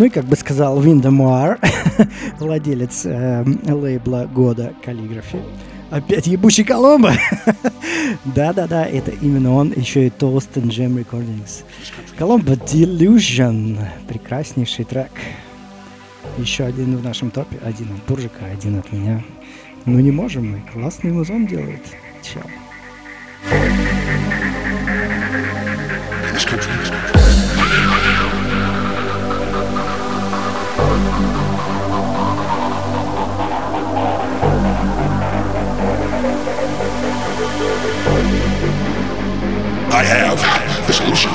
Ну и, как бы сказал Виндемуар, владелец лейбла года Calligraphy, опять ебучий Коломбо. Да-да-да, это именно он, еще и Toast and Jam Recordings. Коломбо Delusion, прекраснейший трек. Еще один в нашем топе, один от Буржика, один от меня. Ну не можем мы, классный музон делает. Чел. I have the solution.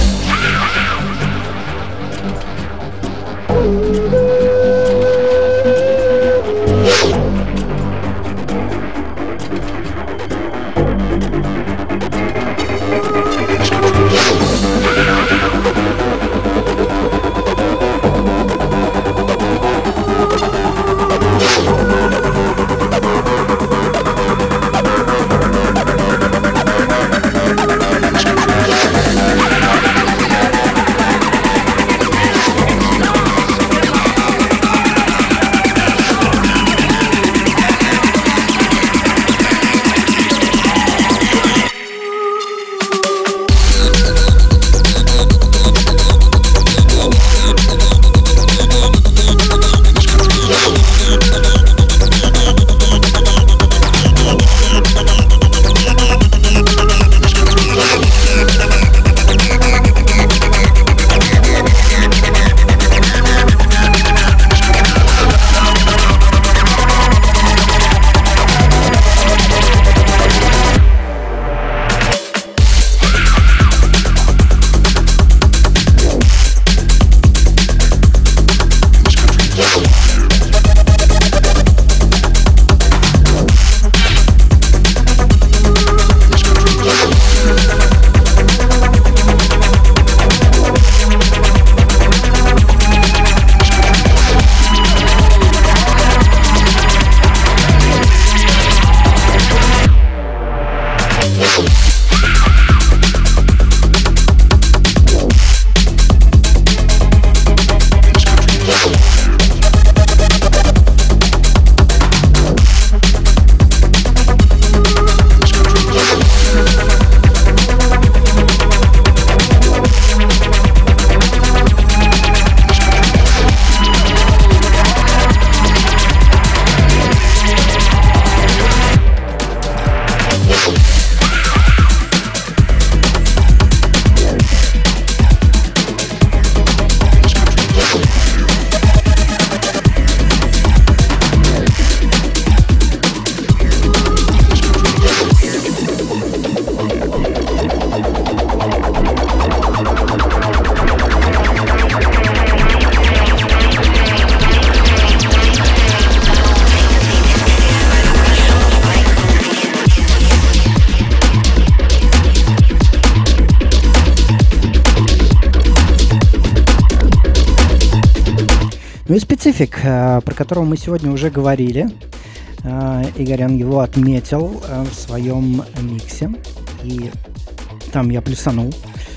Ну и специфик, про которого мы сегодня уже говорили. Игорян его отметил в своем миксе. И там я плюсанул.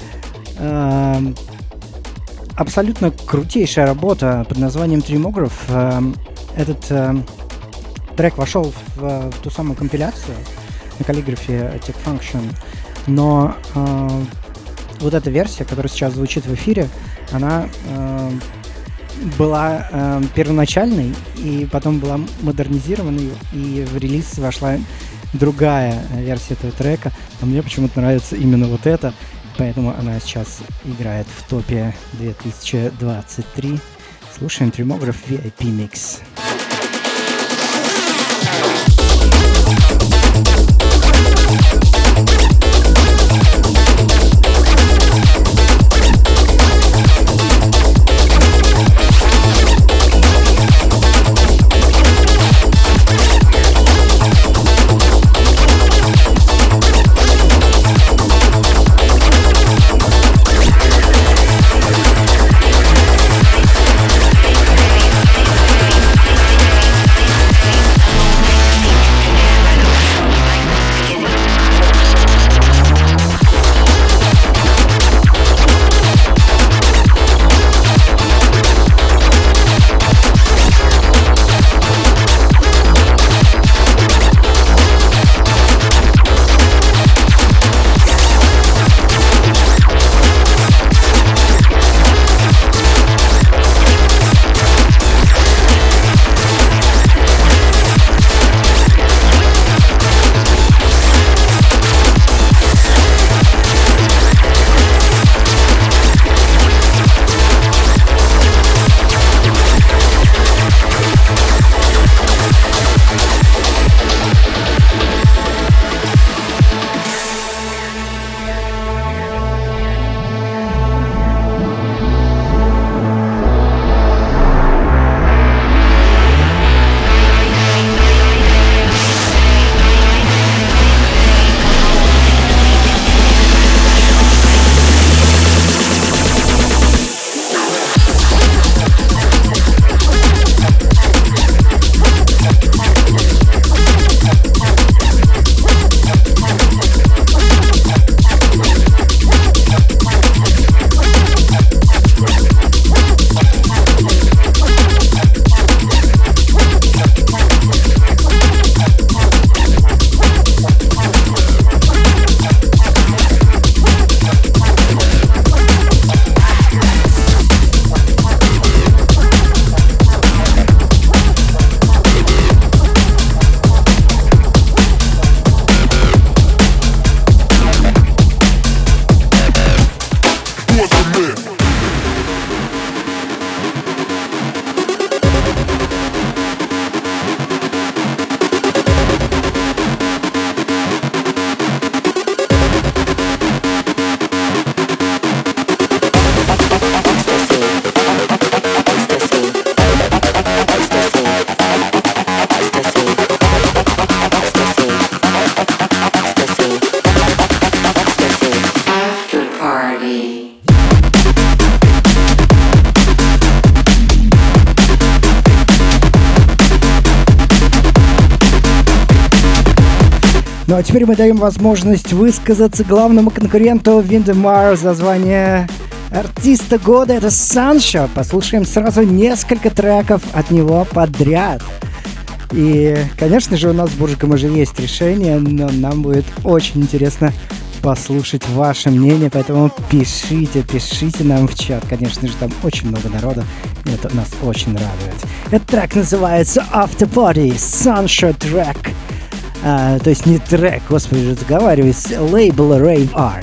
Абсолютно крутейшая работа под названием Тримограф. Этот трек вошел в ту самую компиляцию на Calligraphy Tech Function. Но вот эта версия, которая сейчас звучит в эфире, она была первоначальной и потом была модернизированной, и в релиз вошла другая версия этого трека. Но мне почему-то нравится именно вот эта, поэтому она сейчас играет в топе 2023. Слушаем Trimograph VIP Mix. Ну а теперь мы даем возможность высказаться главному конкуренту Виндемар за звание артиста года. Это Саншо. Послушаем сразу несколько треков от него подряд. И, конечно же, у нас с Буржиком уже есть решение, но нам будет очень интересно послушать ваше мнение, поэтому пишите нам в чат. Конечно же, там очень много народу, и это нас очень радует. Этот трек называется After Party, Sunshot трек. То есть не трек, господи, уже заговариваюсь, лейбл Rave Art.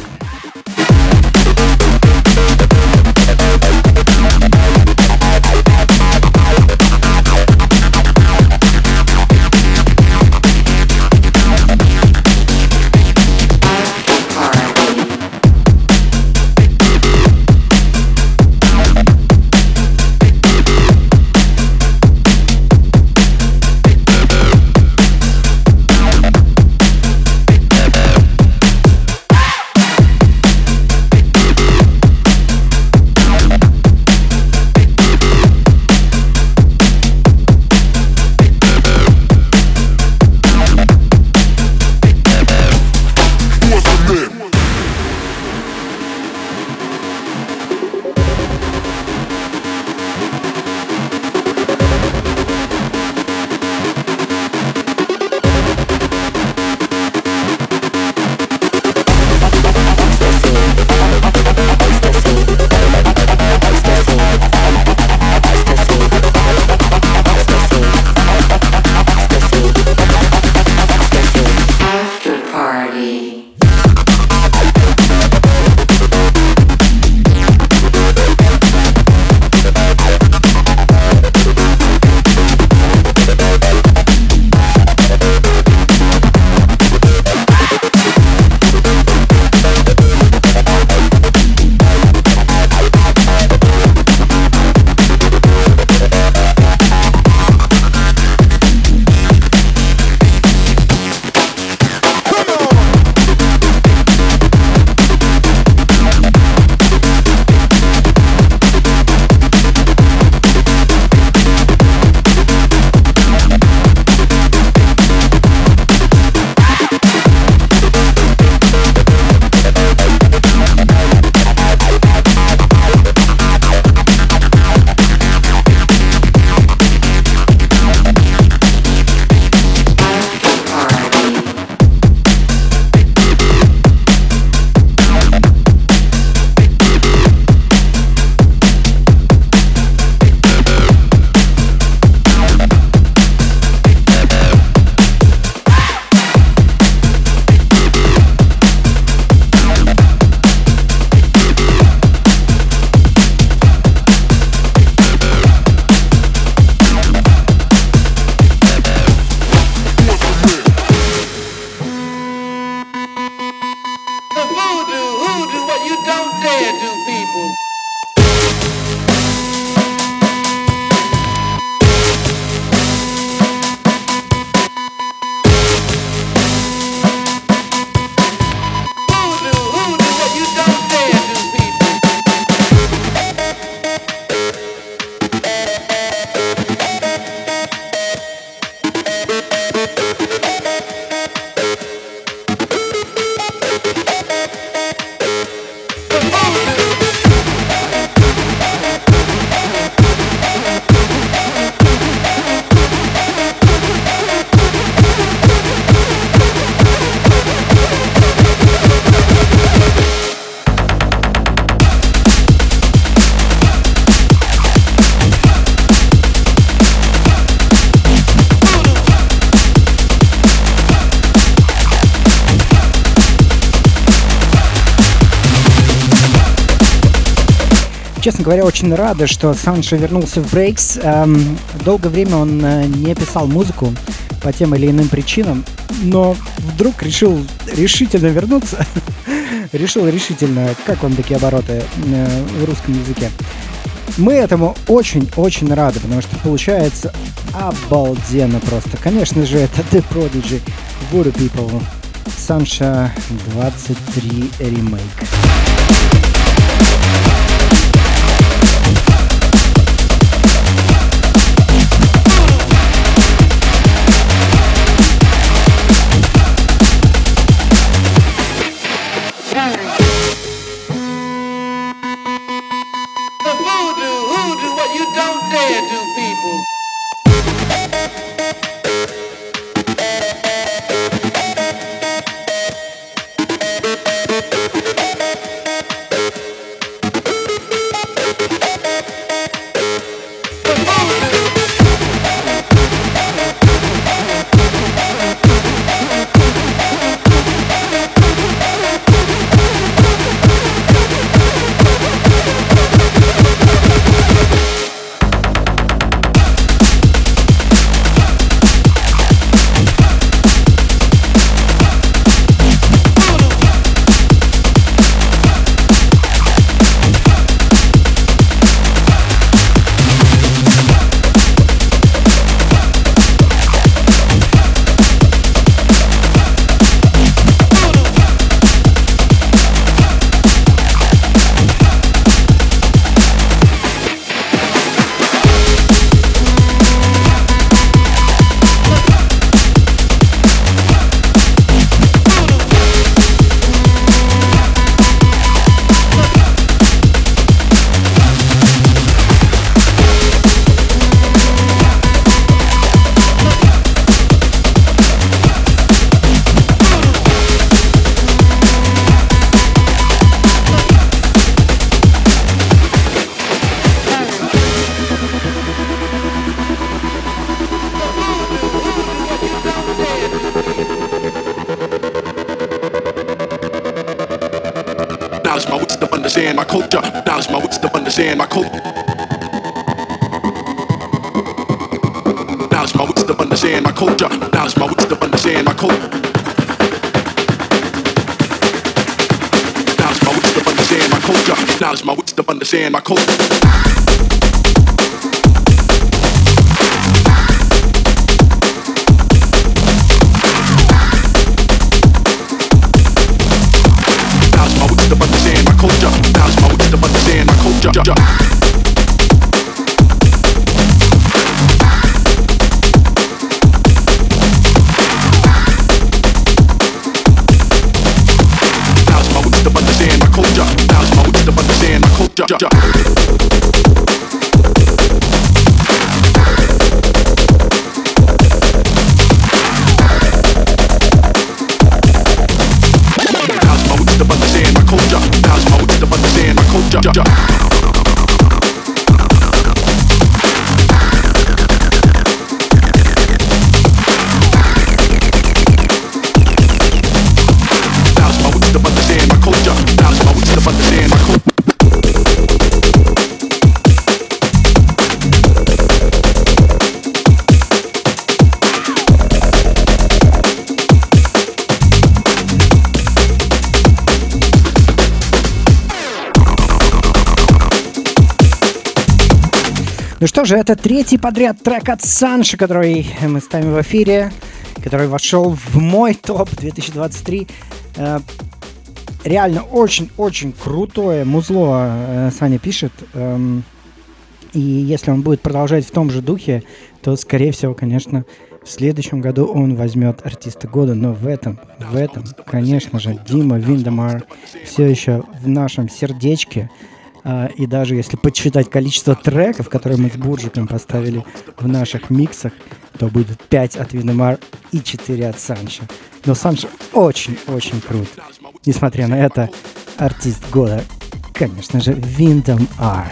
Честно говоря, очень рада, что Саншо вернулся в Breaks. Долгое время он не писал музыку по тем или иным причинам, но вдруг решил решительно вернуться. Решил решительно, как вам такие обороты в русском языке. Мы этому очень-очень рады, потому что получается обалденно просто. Конечно же, это The Prodigy, Voodoo People, Саншо 23 ремейк. Knowledge my wisdom, understand my culture. Knowledge my wisdom, understand my culture. Knowledge my wisdom, understand my culture. Knowledge my wisdom, understand my culture. Knowledge my wisdom, understand my culture. Knowledge my wisdom, understand my culture. Culture, now it's my way to understand my culture. Now it's my way to understand my culture. Now it's my way to understand my culture. Ну что же, это третий подряд трек от Санши, который мы ставим в эфире, который вошел в мой топ 2023. Реально очень-очень крутое музло Саня пишет. И если он будет продолжать в том же духе, то, скорее всего, конечно, в следующем году он возьмет артиста года. Но в этом, конечно же, Дима Виндемар все еще в нашем сердечке. И даже если подсчитать количество треков, которые мы с Бурджиком поставили в наших миксах, то будет 5 от Виндемар и 4 от Санши. Но Санши очень-очень крут. Несмотря на это, артист года, конечно же, Виндемар.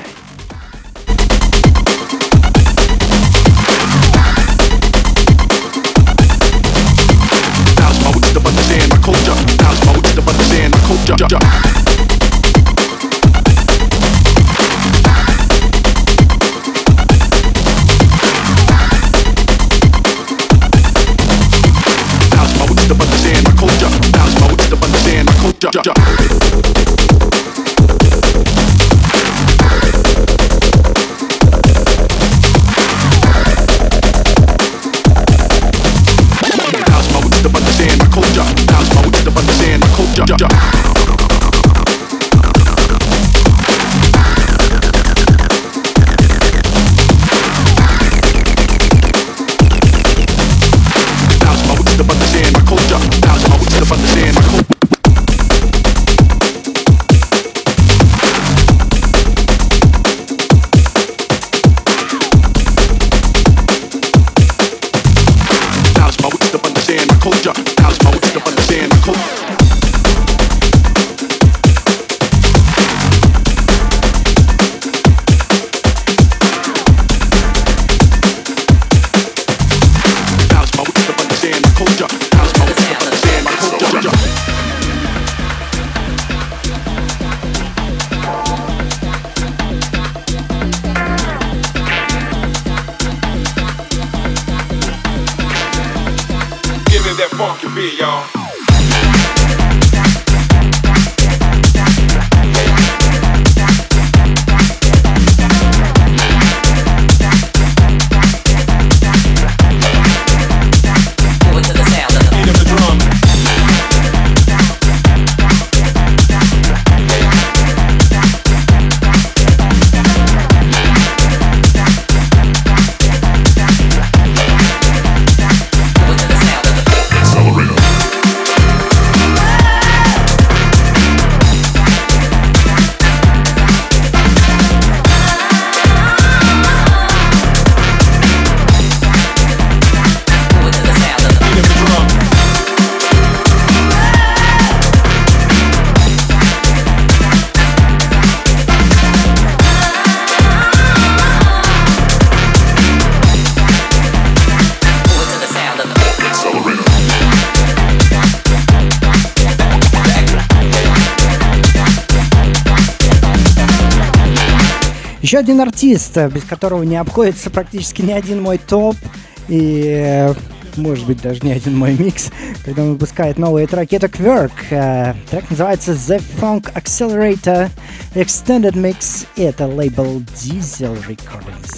Accelerator. Еще один артист, без которого не обходится практически ни один мой топ, и, может быть, даже ни один мой микс, когда он выпускает новые треки, это Quirk. Трек называется The Funk Accelerator Extended Mix, и это лейбл Diesel Recordings.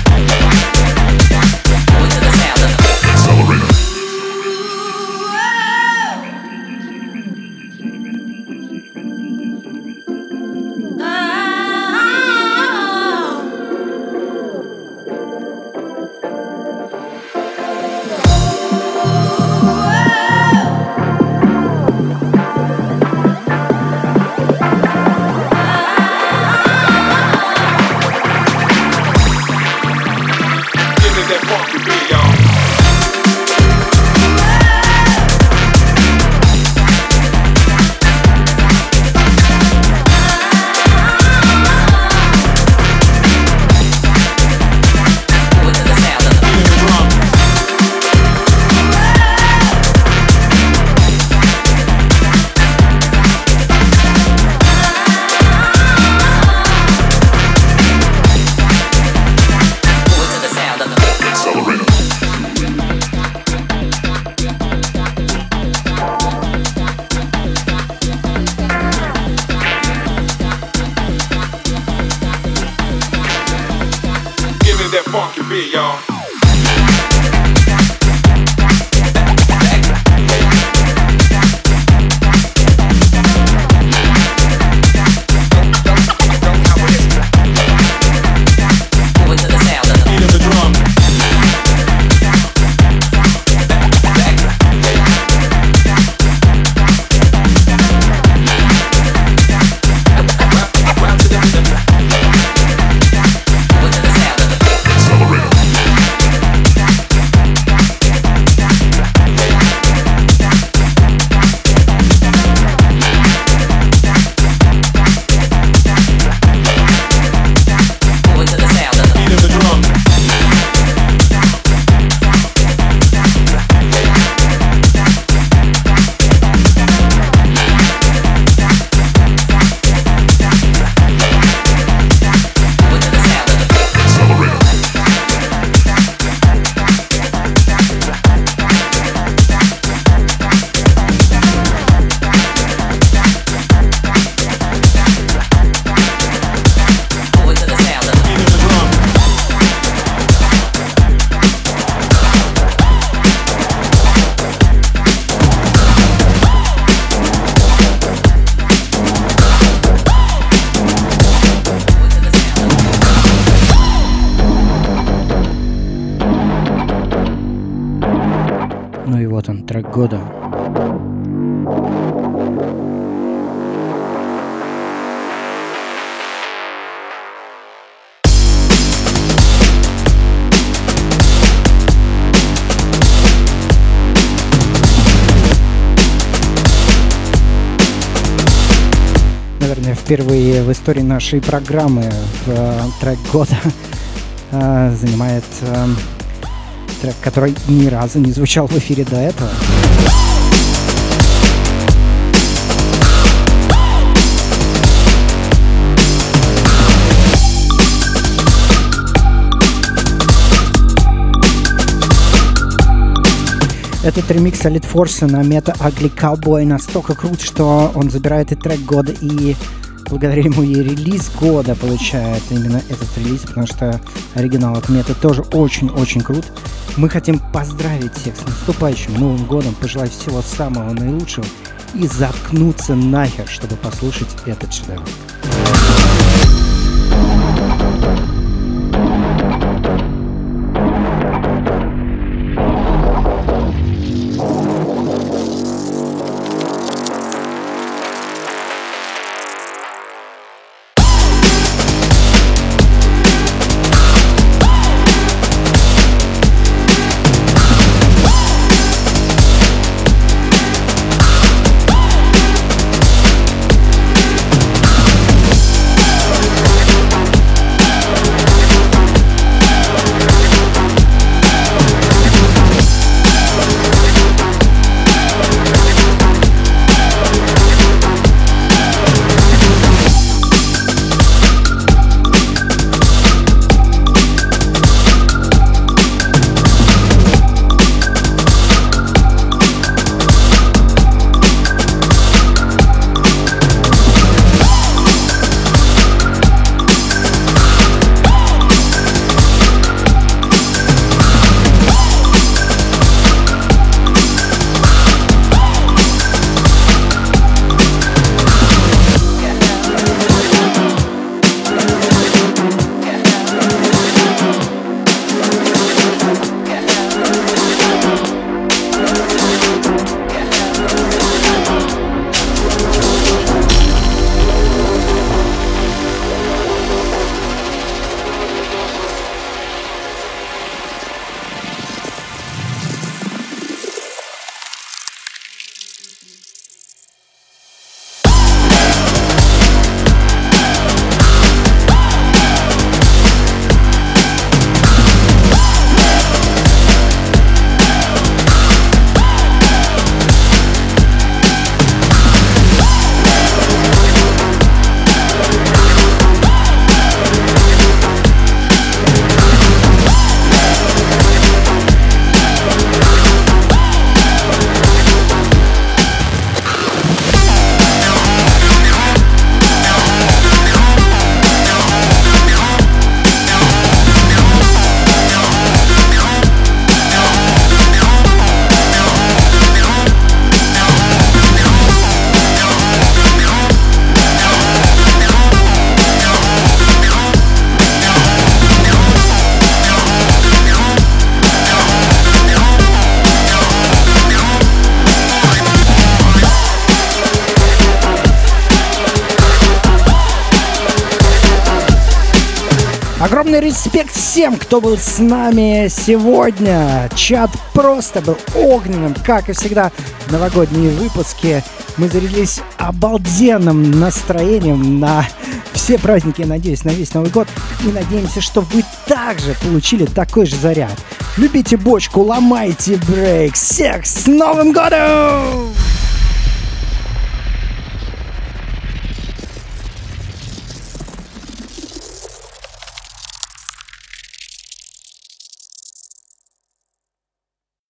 Трек года. Наверное, впервые в истории нашей программы трек года занимает трек, который ни разу не звучал в эфире до этого. Этот ремикс Elite Force на Meta Ugly Cowboy настолько крут, что он забирает и трек года, и благодаря ему и релиз года получает именно этот релиз, потому что оригинал от Meta тоже очень-очень крут. Мы хотим поздравить всех с наступающим Новым годом, пожелать всего самого наилучшего и заткнуться нахер, чтобы послушать этот шедевр. Огромный респект всем, кто был с нами сегодня. Чат просто был огненным, как и всегда. Новогодние выпуски. Мы зарядились обалденным настроением на все праздники, надеюсь, на весь Новый год. И надеемся, что вы также получили такой же заряд. Любите бочку, ломайте брейк. Всех с Новым годом!